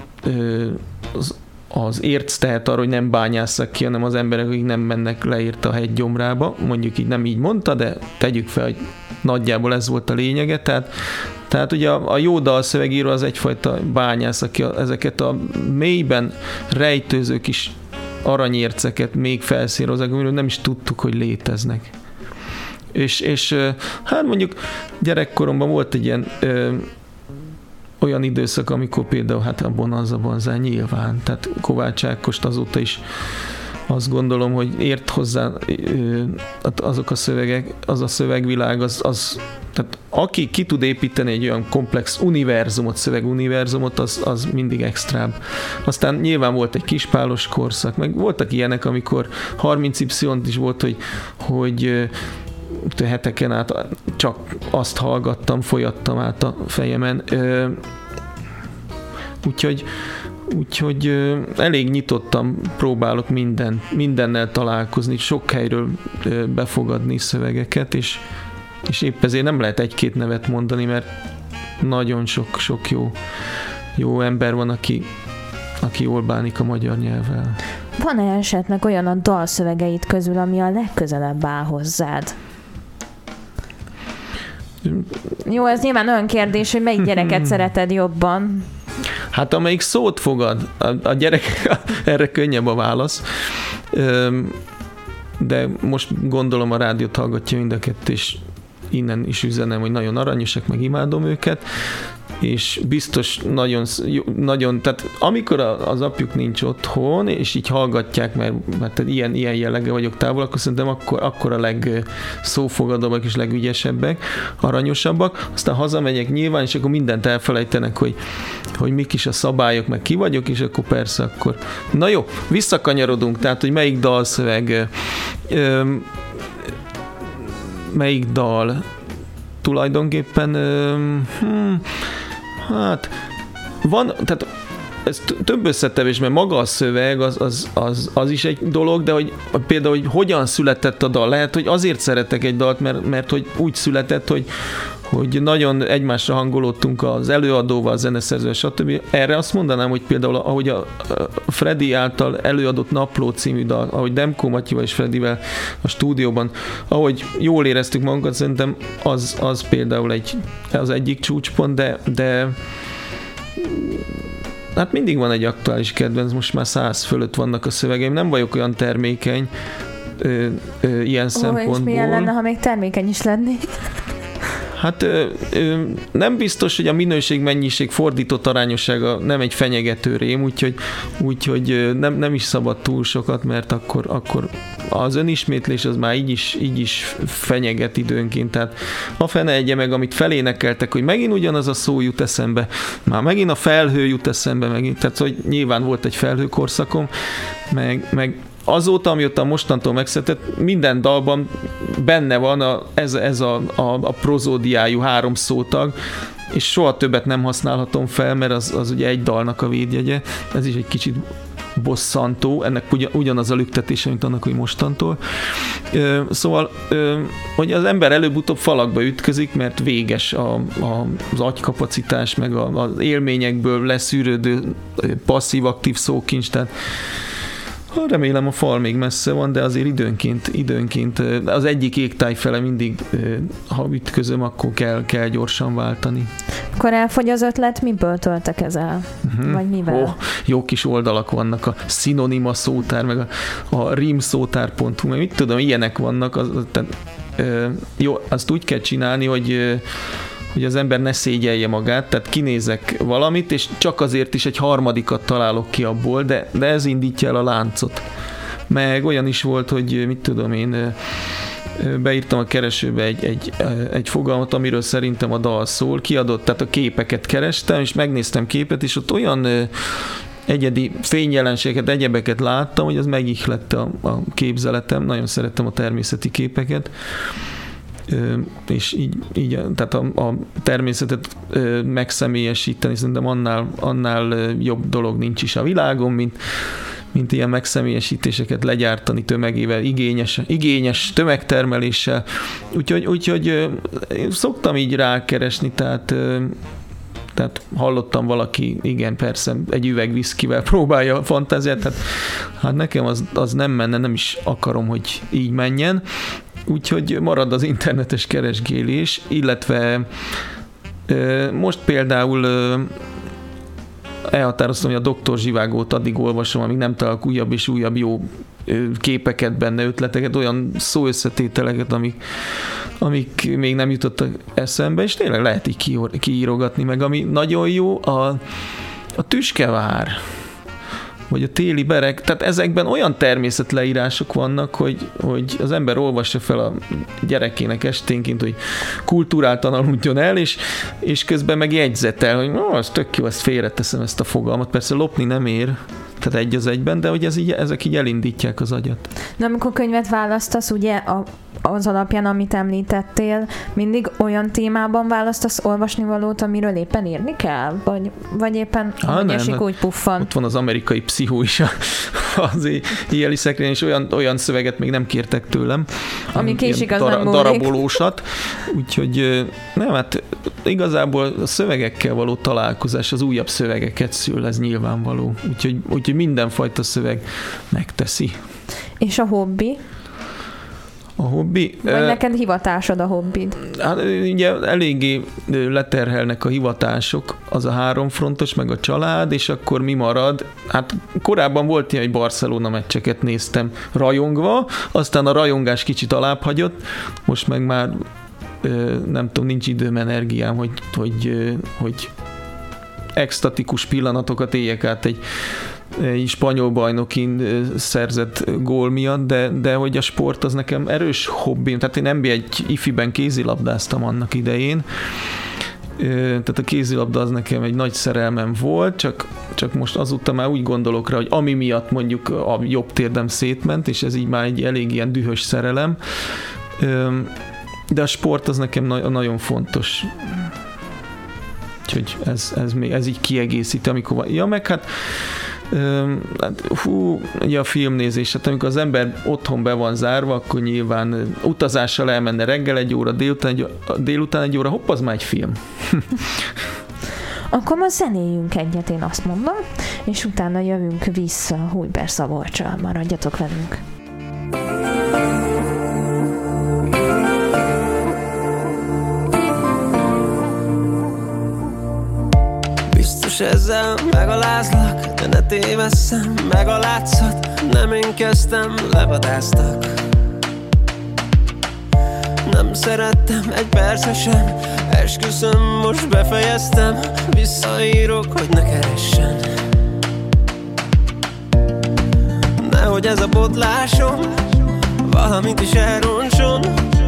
az érc tehet arra, hogy nem bányásszak ki, hanem az emberek, akik nem mennek le érte a hegygyomrába. Mondjuk így nem így mondta, de tegyük fel, hogy nagyjából ez volt a lényege. Tehát ugye a jó dalszövegíró az egyfajta bányász, aki ezeket a mélyben rejtőző kis aranyérceket még felszírozzák, amiről nem is tudtuk, hogy léteznek. És hát mondjuk gyerekkoromban volt egy ilyen olyan időszak, amikor például hát a Bonanza Banzai nyilván, tehát Kovács Ágost azóta is azt gondolom, hogy ért hozzá azok a szövegek, az a szövegvilág, tehát aki ki tud építeni egy olyan komplex univerzumot, szöveguniverzumot, az mindig extrább. Aztán nyilván volt egy Kispálos korszak, meg voltak ilyenek, amikor 30Y is volt, hogy heteken át csak azt hallgattam, folyattam át a fejemen. Úgyhogy elég nyitottan próbálok mindennel találkozni, sok helyről befogadni szövegeket, és épp ezért nem lehet egy-két nevet mondani, mert nagyon sok jó ember van, aki jól bánik a magyar nyelvvel. Van-e esetleg olyan a dalszövegeit közül, ami a legközelebb áll hozzád? Jó, ez nyilván olyan kérdés, hogy melyik gyereket szereted jobban. Hát amelyik szót fogad, a gyerek, erre könnyebb a válasz. De most gondolom a rádiót hallgatja mind a kettő, és innen is üzenem, hogy nagyon aranyosak, meg imádom őket, és biztos nagyon, tehát amikor az apjuk nincs otthon, és így hallgatják, mert ilyen jellege vagyok távol, akkor szerintem akkor a legszófogadóbbak és legügyesebbek, aranyosabbak, aztán hazamegyek nyilván, és akkor mindent elfelejtenek, hogy mik is a szabályok, meg ki vagyok, és akkor persze akkor... Na jó, visszakanyarodunk, tehát, hogy melyik dalszöveg, melyik dal tulajdonképpen hát van, tehát ez több összetevés, mert maga a szöveg az is egy dolog, de hogy például, hogy hogyan született a dal. Lehet, hogy azért szeretek egy dalt, mert hogy úgy született, hogy nagyon egymásra hangolódtunk az előadóval, a zeneszerzővel, stb. Erre azt mondanám, hogy például ahogy a Freddy által előadott Napló című dal, ahogy Demko Matyival és Freddyvel a stúdióban, ahogy jól éreztük magunkat, szerintem az például az egyik csúcspont, de hát mindig van egy aktuális kedvenc, most már 100 fölött vannak a szövegeim, nem vagyok olyan termékeny ilyen szempontból. És milyen lenne, ha még termékeny is lennék? Hát nem biztos, hogy a minőség-mennyiség fordított arányossága nem egy fenyegető rém, úgyhogy nem is szabad túl sokat, mert akkor az önismétlés az már így is fenyeget időnként. Tehát a fene egye meg, amit felénekeltek, hogy megint ugyanaz a szó jut eszembe, már megint a felhő jut eszembe, megint, tehát hogy nyilván volt egy felhőkorszakom, meg azóta, amióta mostantól megszületett, minden dalban benne van ez a prozódiájú 3 szótag, és soha többet nem használhatom fel, mert az ugye egy dalnak a védjegye. Ez is egy kicsit bosszantó, ennek ugyanaz a lüktetése, mint annak, hogy mostantól. Szóval, hogy az ember előbb-utóbb falakba ütközik, mert véges az agykapacitás, meg az élményekből leszűrődő passzív-aktív szókincs, tehát remélem a fal még messze van, de azért időnként az egyik égtáj fele mindig, ha ütközöm, akkor kell gyorsan váltani. Akkor elfogy az ötlet, miből töltekezel? Vagy mivel? Jó kis oldalak vannak, a szinonima szótár, meg a rímszótár.hu, meg mit tudom, ilyenek vannak. Jó, azt úgy kell csinálni, hogy az ember ne szégyelje magát, tehát kinézek valamit, és csak azért is egy harmadikat találok ki abból, de ez indítja el a láncot. Meg olyan is volt, hogy mit tudom én, beírtam a keresőbe egy fogalmat, amiről szerintem a dal szól, kiadott, tehát a képeket kerestem, és megnéztem képet, és ott olyan egyedi fényjelenségeket, egyebeket láttam, hogy az megihlette a képzeletem, nagyon szerettem a természeti képeket, és így tehát a természetet megszemélyesíteni, szerintem annál jobb dolog nincs is a világon, mint ilyen megszemélyesítéseket legyártani tömegével, igényes tömegtermeléssel. Úgyhogy én szoktam így rákeresni, tehát hallottam valaki, igen, persze, egy üveg viszkivel próbálja a fantáziát, hát nekem az nem menne, nem is akarom, hogy így menjen. Úgyhogy marad az internetes keresgélés, illetve most például elhatároztam, hogy a Dr. Zsivágót addig olvasom, amíg nem találok újabb és újabb jó képeket benne, ötleteket, olyan szóösszetételeket, amik még nem jutottak eszembe, és tényleg lehet így kiírogatni meg. Ami nagyon jó, a Tüskevár. vagy a téli berek, tehát ezekben olyan természetleírások vannak, hogy az ember olvassa fel a gyerekének esténként, hogy kultúráltan aludjon el, és közben meg jegyzetel, hogy ez tök jó, ezt félreteszem, ezt a fogalmat. Persze lopni nem ér, tehát egy az egyben, de hogy ezek így elindítják az agyat. Na, amikor könyvet választasz, ugye az alapján, amit említettél, mindig olyan témában választasz olvasnivalót, amiről éppen írni kell? Vagy éppen esik úgy puffan? Ott van az amerikai pszichó is az éjjeli szekrény, és olyan szöveget még nem kértek tőlem. Ami késik, az nem múlik. Darabolósat. Úgyhogy nem, hát igazából a szövegekkel való találkozás az újabb szövegeket szül, ez nyilvánvaló. Úgyhogy mindenfajta szöveg megteszi. És a hobbi? A hobbi? Vagy neked hivatásod a hobbid? Hát ugye eléggé leterhelnek a hivatások, az a 3 frontos, meg a család, és akkor mi marad? Hát korábban volt ilyen, hogy Barcelona meccseket néztem rajongva, aztán a rajongás kicsit alább hagyott, most meg már nem tudom, nincs időm, energiám, hogy extatikus pillanatokat éljek át egy spanyol bajnokin szerzett gól miatt, de hogy a sport az nekem erős hobbim, tehát én NB1 ifiben kézilabdáztam annak idején, tehát a kézilabda az nekem egy nagy szerelmem volt, csak most azóta már úgy gondolok rá, hogy ami miatt mondjuk a jobb térdem szétment, és ez így már egy elég ilyen dühös szerelem, de a sport az nekem nagyon fontos. Úgyhogy ez így kiegészíti, amikor ja, meg hát ugye a filmnézés, hát amikor az ember otthon be van zárva, akkor nyilván utazással elmenne reggel 1 óra, délután 1 óra, hopp, az már egy film. Akkor ma zenéljünk egyet, én azt mondom, és utána jövünk vissza Hujber Szabolccsal. Maradjatok velünk. Ezzel megalázlak, de ne tévesszem, meg a látszat. Nem én kezdtem, levadáztak. Nem szerettem egy perce sem, esküszöm, most befejeztem. Visszaírok, hogy ne keressen. Nehogy ez a bodlásom valamit is elroncson.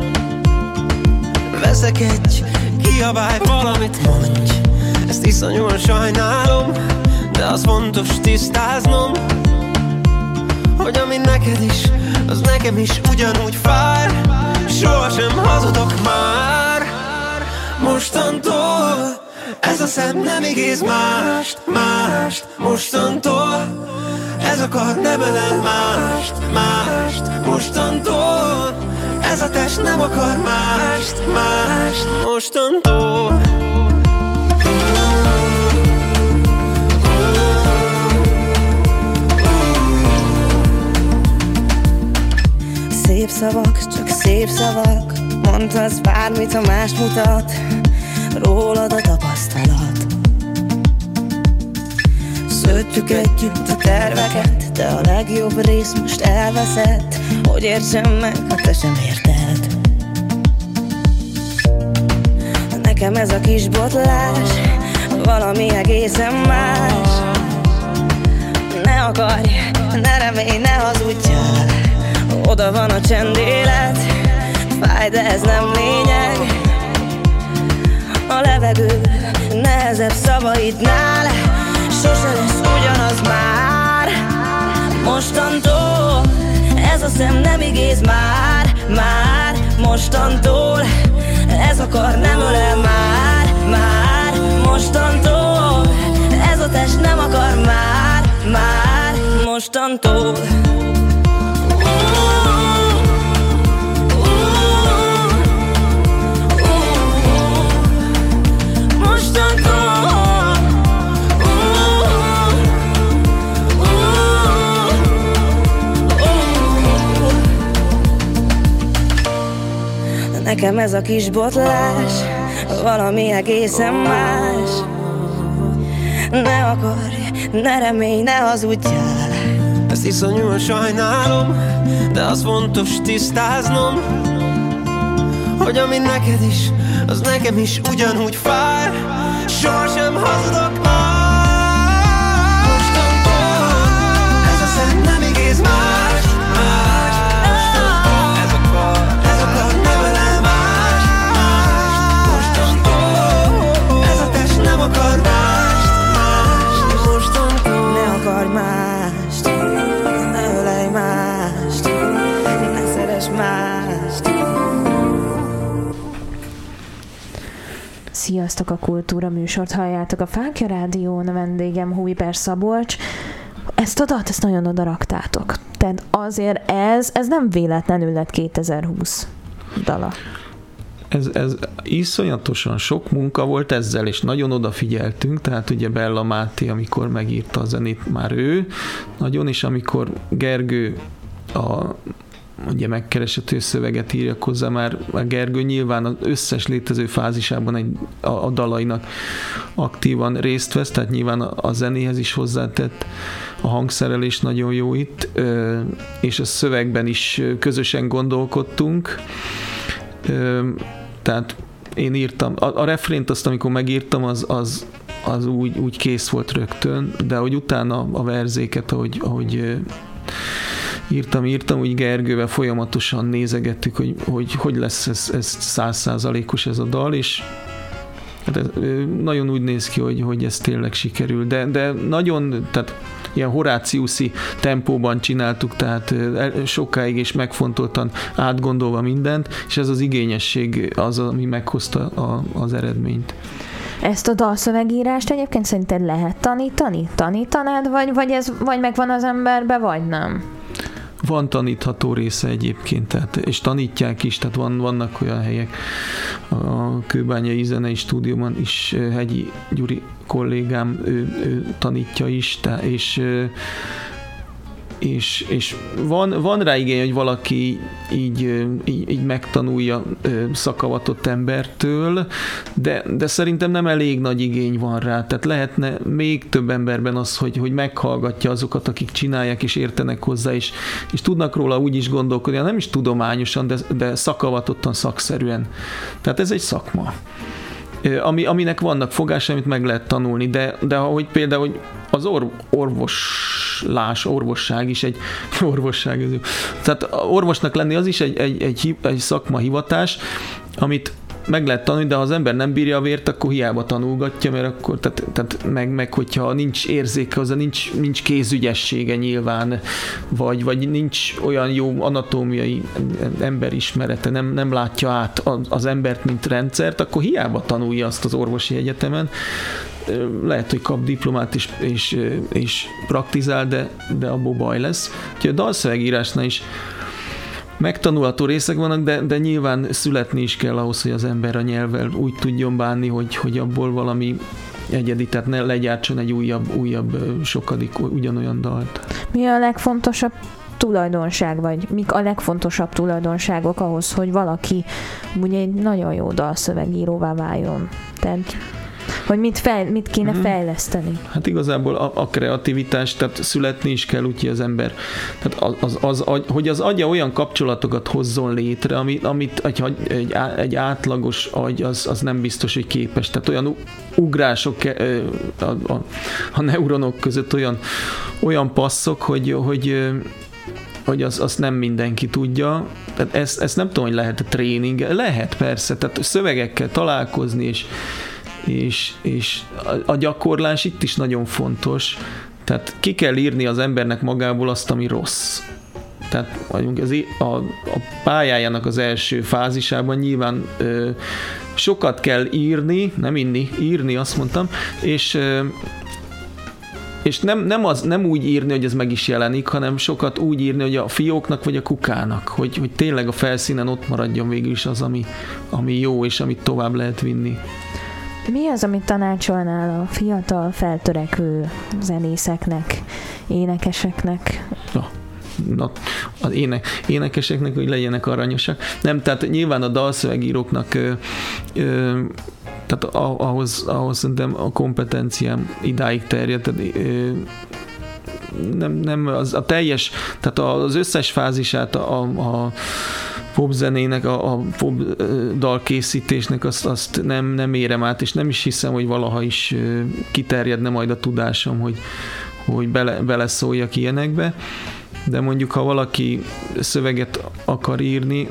Veszek egy, kiabálj, valamit mondj. Ezt iszonyúan sajnálom, de az fontos tisztáznom, hogy ami neked is, az nekem is ugyanúgy fáj. Sohasem hazudok már. Mostantól ez a szem nem ígéz mást. Mostantól ez akar nem ölel mást. Mostantól ez a test nem akar mást. Mostantól szép szavak, csak szép szavak. Mondhatsz bármit, ha mást mutat rólad a tapasztalat. Szőttük együtt a terveket, de a legjobb rész most elveszett. Hogy értsem meg, ha te sem érted. Nekem ez a kis botlás valami egészen más. Ne akarj, ne remélj, ne hazudjál. Oda van a csendélet, fáj, de ez nem lényeg. A levegő nehezebb szavaidnál, sose lesz ugyanaz már. Mostantól ez a szem nem igéz már. Mostantól ez akar nem ölel már. Mostantól ez a test nem akar már. Mostantól nekem ez a kis botlás valami egészen más. Ne akarj, ne remélj, ne hazudjál. Ezt iszonyúan sajnálom, de az fontos tisztáznom, hogy ami neked is, az nekem is ugyanúgy fáj. Sohasem hazudok már. Mostantól Sziasztok, a Kultúra műsort halljátok a Fáklya Rádión, a vendégem Hújber Szabolcs. Ezt a dalt, ezt nagyon oda raktátok. Tehát azért ez nem véletlenül lett 2020 dala. Ez iszonyatosan sok munka volt ezzel, és nagyon odafigyeltünk, tehát ugye Bella Máté, amikor megírta a zenét, már ő nagyon, és amikor Gergő ugye megkereshető szöveget írja hozzá, már Gergő nyilván az összes létező fázisában a dalainak aktívan részt vesz, tehát nyilván a zenéhez is hozzátett, a hangszerelés nagyon jó itt, és a szövegben is közösen gondolkodtunk, tehát én írtam, a refrént azt, amikor megírtam, az úgy kész volt rögtön, de hogy utána a verzéket, ahogy írtam, úgy Gergővel folyamatosan nézegettük, hogy lesz ez 100%-os ez a dal, és hát ez nagyon úgy néz ki, hogy ez tényleg sikerül, de nagyon, tehát ilyen Horáciuszi tempóban csináltuk, tehát sokáig és megfontoltan átgondolva mindent, és ez az igényesség az, ami meghozta az eredményt. Ezt a dalszövegírást egyébként szerinted lehet tanítani? Tanítanád, vagy megvan az emberbe, vagy nem? Van tanítható része egyébként, tehát, és tanítják is, tehát vannak olyan helyek, a Kőbányai Zenei Stúdióban is Hegyi Gyuri kollégám, ő tanítja is, és van rá igény, hogy valaki így megtanulja szakavatott embertől, de szerintem nem elég nagy igény van rá, tehát lehetne még több emberben az, hogy meghallgatja azokat, akik csinálják és értenek hozzá, és tudnak róla úgy is gondolkodni, nem is tudományosan, de szakavatottan, szakszerűen. Tehát ez egy szakma. Aminek vannak fogásai, amit meg lehet tanulni, de ahogy például az orvosság is egy orvosság. Tehát orvosnak lenni az is egy szakmahivatás, amit meg lehet tanulni, de ha az ember nem bírja a vért, akkor hiába tanulgatja, mert akkor, tehát meg hogyha nincs érzéke hozzá, nincs kézügyessége nyilván, vagy nincs olyan jó anatómiai emberismerete, nem látja át az embert, mint rendszert, akkor hiába tanulja azt az orvosi egyetemen. Lehet, hogy kap diplomát és praktizál, de abból baj lesz. Úgyhogy a dalszövegírásnál is megtanulható részek vannak, de nyilván születni is kell ahhoz, hogy az ember a nyelvvel úgy tudjon bánni, hogy abból valami egyedi, tehát ne legyártson egy újabb sokadik ugyanolyan dalt. Mi a legfontosabb tulajdonság, vagy mik a legfontosabb tulajdonságok ahhoz, hogy valaki ugye egy nagyon jó dalszövegíróvá váljon? Tehát hogy mit kéne fejleszteni? Hát igazából a kreativitás, tehát születni is kell úgy, az ember, tehát hogy az agya olyan kapcsolatokat hozzon létre, amit egy átlagos agy, az nem biztos, hogy képes. Tehát olyan ugrások a neuronok között, olyan passzok, hogy azt nem mindenki tudja. Tehát ezt nem tudom, hogy lehet tréning. Lehet persze, tehát szövegekkel találkozni, és a gyakorlás itt is nagyon fontos. Tehát ki kell írni az embernek magából azt, ami rossz. Tehát a pályájának az első fázisában nyilván sokat kell írni, nem írni azt mondtam, és nem úgy írni, hogy ez meg is jelenik, hanem sokat úgy írni, hogy a fióknak vagy a kukának, hogy tényleg a felszínen ott maradjon végül is az, ami jó, és amit tovább lehet vinni. Mi az, amit tanácsolnál a fiatal, feltörekvő zenészeknek, énekeseknek? Az énekeseknek, hogy legyenek aranyosak. Nem, tehát nyilván a dalszövegíróknak tehát ahhoz szerintem a kompetenciám idáig terjed, tehát nem a teljes, tehát az összes fázisát a popzenének, a pop dalkészítésnek azt nem érem át, és nem is hiszem, hogy valaha is kiterjedne majd a tudásom, hogy beleszóljak ilyenekbe, de mondjuk ha valaki szöveget akar írni,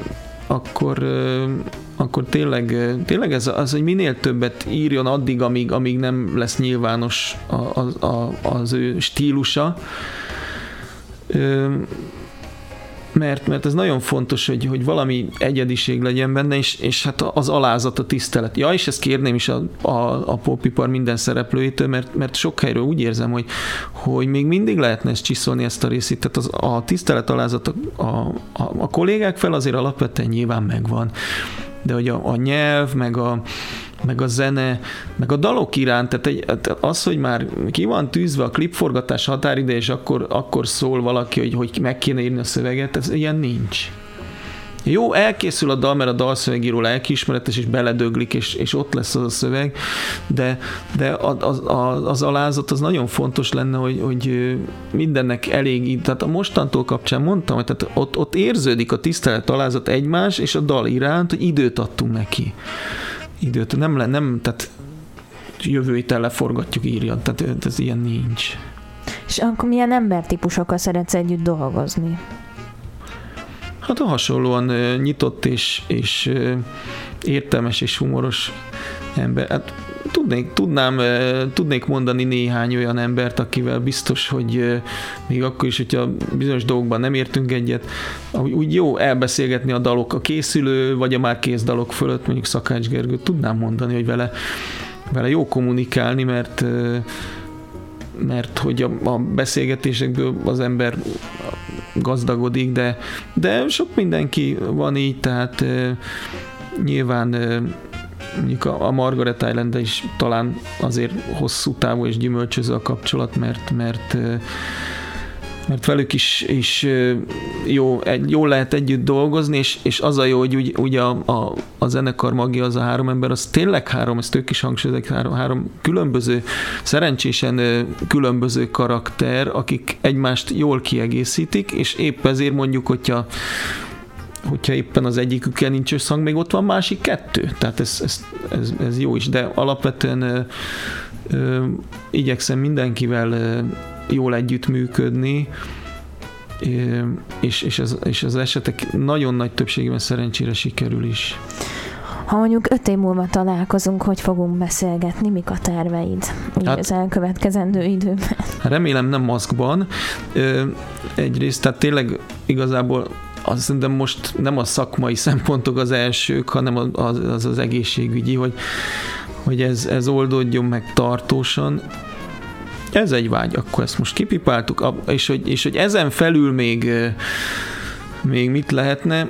akkor tényleg ez az, hogy minél többet írjon addig, amíg nem lesz nyilvános az ő stílusa. mert ez nagyon fontos, hogy valami egyediség legyen benne, és hát az alázat, a tisztelet. Ja, és ezt kérném is a popipar minden szereplőjétől, mert sok helyről úgy érzem, hogy még mindig lehetne ezt csiszolni, ezt a részét. Tehát a tisztelet, alázat a kollégák fel azért alapvetően nyilván megvan. De hogy a nyelv, meg a zene, meg a dalok iránt, tehát az, hogy már ki van tűzve a klipforgatás határideje, és akkor szól valaki, hogy meg kéne írni a szöveget, ez ilyen nincs. Jó, elkészül a dal, mert a dalszövegíró lelkiismeretes, és beledöglik, és ott lesz az a szöveg, de az alázat az nagyon fontos lenne, hogy mindennek elég, tehát a mostantól kapcsán mondtam, hogy tehát ott érződik a tisztelet, alázat egymás, és a dal iránt, hogy időt adtunk neki. Időt, nem, tehát jövő héten leforgatjuk, írja, tehát ez ilyen nincs. És akkor milyen embertípusokkal szeretsz együtt dolgozni? Hát a hasonlóan nyitott és értelmes és humoros ember. Hát tudnék mondani néhány olyan embert, akivel biztos, hogy még akkor is, hogyha bizonyos dolgokban nem értünk egyet, úgy jó elbeszélgetni a dalok, a készülő, vagy a már kész dalok fölött, mondjuk Szakács Gergőt tudnám mondani, hogy vele jó kommunikálni, mert hogy a beszélgetésekből az ember gazdagodik, de sok mindenki van így, tehát nyilván mondjuk a Margaret Island is talán azért hosszú távú és gyümölcsöző a kapcsolat, mert velük is jó lehet együtt dolgozni, és az a jó, hogy ugye a zenekar magja, az a 3 ember, az tényleg 3, ezt ők is hangsúlyozzák, 3 különböző, szerencsésen különböző karakter, akik egymást jól kiegészítik, és épp ezért mondjuk, hogyha éppen az egyikükkel nincs összhang, még ott van másik 2. Tehát ez jó is, de alapvetően igyekszem jól együttműködni, és az esetek nagyon nagy többségében szerencsére sikerül is. Ha mondjuk 5 év múlva találkozunk, hogy fogunk beszélgetni, mik a terveid az elkövetkezendő időben? Remélem nem maszkban. Egyrészt, tehát tényleg igazából azt szerintem most nem a szakmai szempontok az elsők, hanem az egészségügyi, hogy ez oldódjon meg tartósan. Ez egy vágy, akkor ezt most kipipáltuk, és hogy ezen felül még mit lehetne,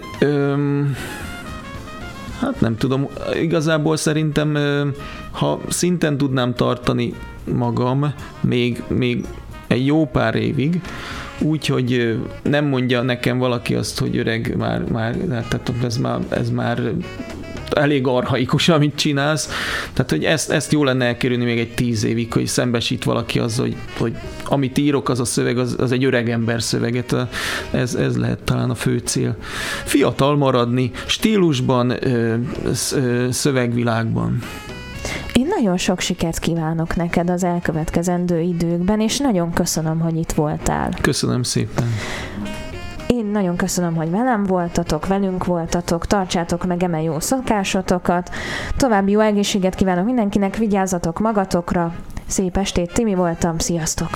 hát nem tudom, igazából szerintem, ha szinten tudnám tartani magam még egy jó pár évig, úgyhogy nem mondja nekem valaki azt, hogy öreg, már tehát ez már elég archaikus, amit csinálsz. Tehát, hogy ezt jó lenne elkerülni még egy 10 évig, hogy szembesít valaki azzal, hogy amit írok, az a szöveg, az egy öreg ember szöveget. Ez lehet talán a fő cél. Fiatal maradni, stílusban, szövegvilágban. Én nagyon sok sikert kívánok neked az elkövetkezendő időkben, és nagyon köszönöm, hogy itt voltál. Köszönöm szépen. Én nagyon köszönöm, hogy velünk voltatok, tartsátok meg eme jó szokásotokat, további jó egészséget kívánok mindenkinek, vigyázzatok magatokra, szép estét, Timi voltam, sziasztok!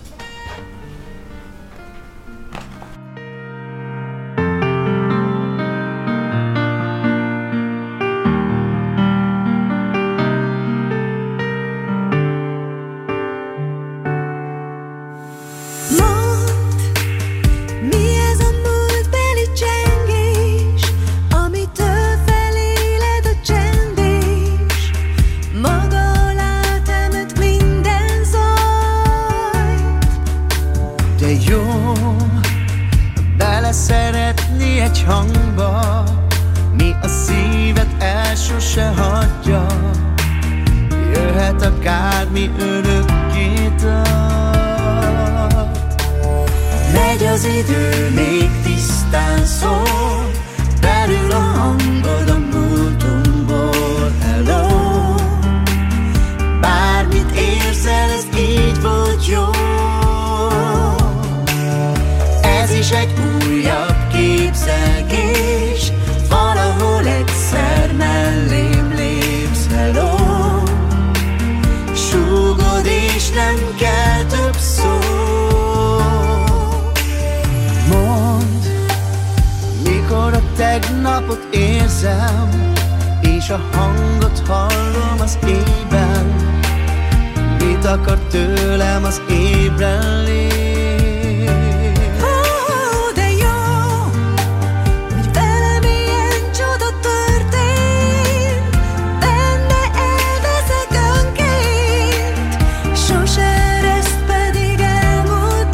hangba, mi a szívet el sose hagyja. Jöhet akármi örökké tart. Megy az idő, még tisztán szól, belül a hangod a múltunkból. Hello, bármit érzel, ez így volt jó. Ez is egy újabb képzelgés, valahol egyszer mellém lépsz. Hello, súgod és nem kell több szó. Mondd, napot érzem, és a hangot hallom az ében. Mit akar tőlem az ébren lény? De jó, hogy velem ilyen csoda történt, benne elveszek önként, sose ereszt pedig elmúlt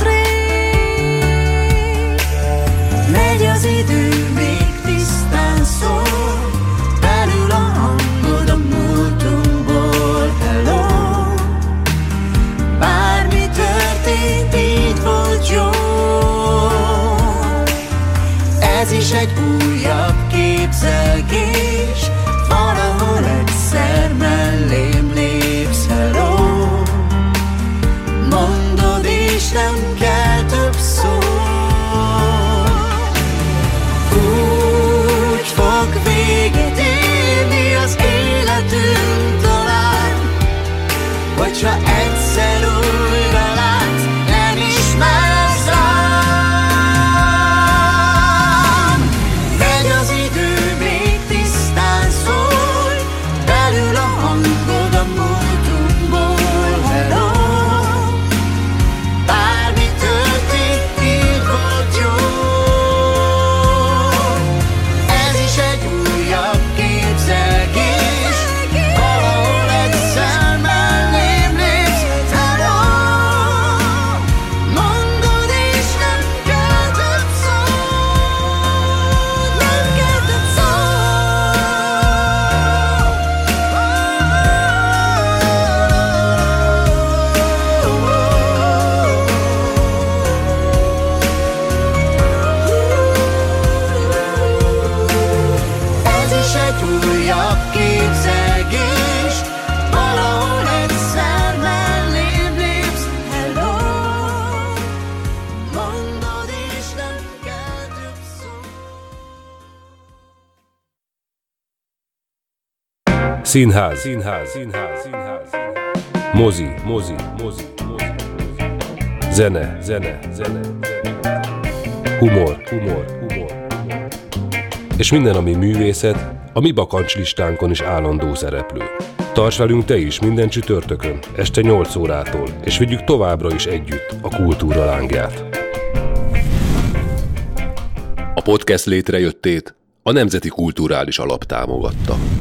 rég. Megy az idő, még tisztán szól, belül a hangod a múltunkból. Hello, bármi történt, így volt jó. Ez is egy újabb képzelgés, valahol egyszer mellém lépsz. Hello, mondod és nem kell több szó. Úgy fog véget érni az életünk talán, hogyha egyszer újra látsz, nem ismersz rám. Megy az idő, még tisztán szól, belül a hangod a múltunkból. Hello, bármi történt, így volt jó. Ez is egy újabb képzelgés, valahol egyszer mellém lépsz. Hello, mondod és nem kell több szó. Nem kell több szó. Ez is egy újabb képzelgés, valahol egyszer mellém lépsz. Hello, mondod és nem kell több szó. Színház. Mozi. Zene. Humor. És minden, ami művészet, a mi bakancslistánkon is állandó szereplő. Tarts velünk te is minden csütörtökön, este 8 órától, és vigyük továbbra is együtt a kultúra lángját. A podcast létrejöttét a Nemzeti Kulturális Alap támogatta.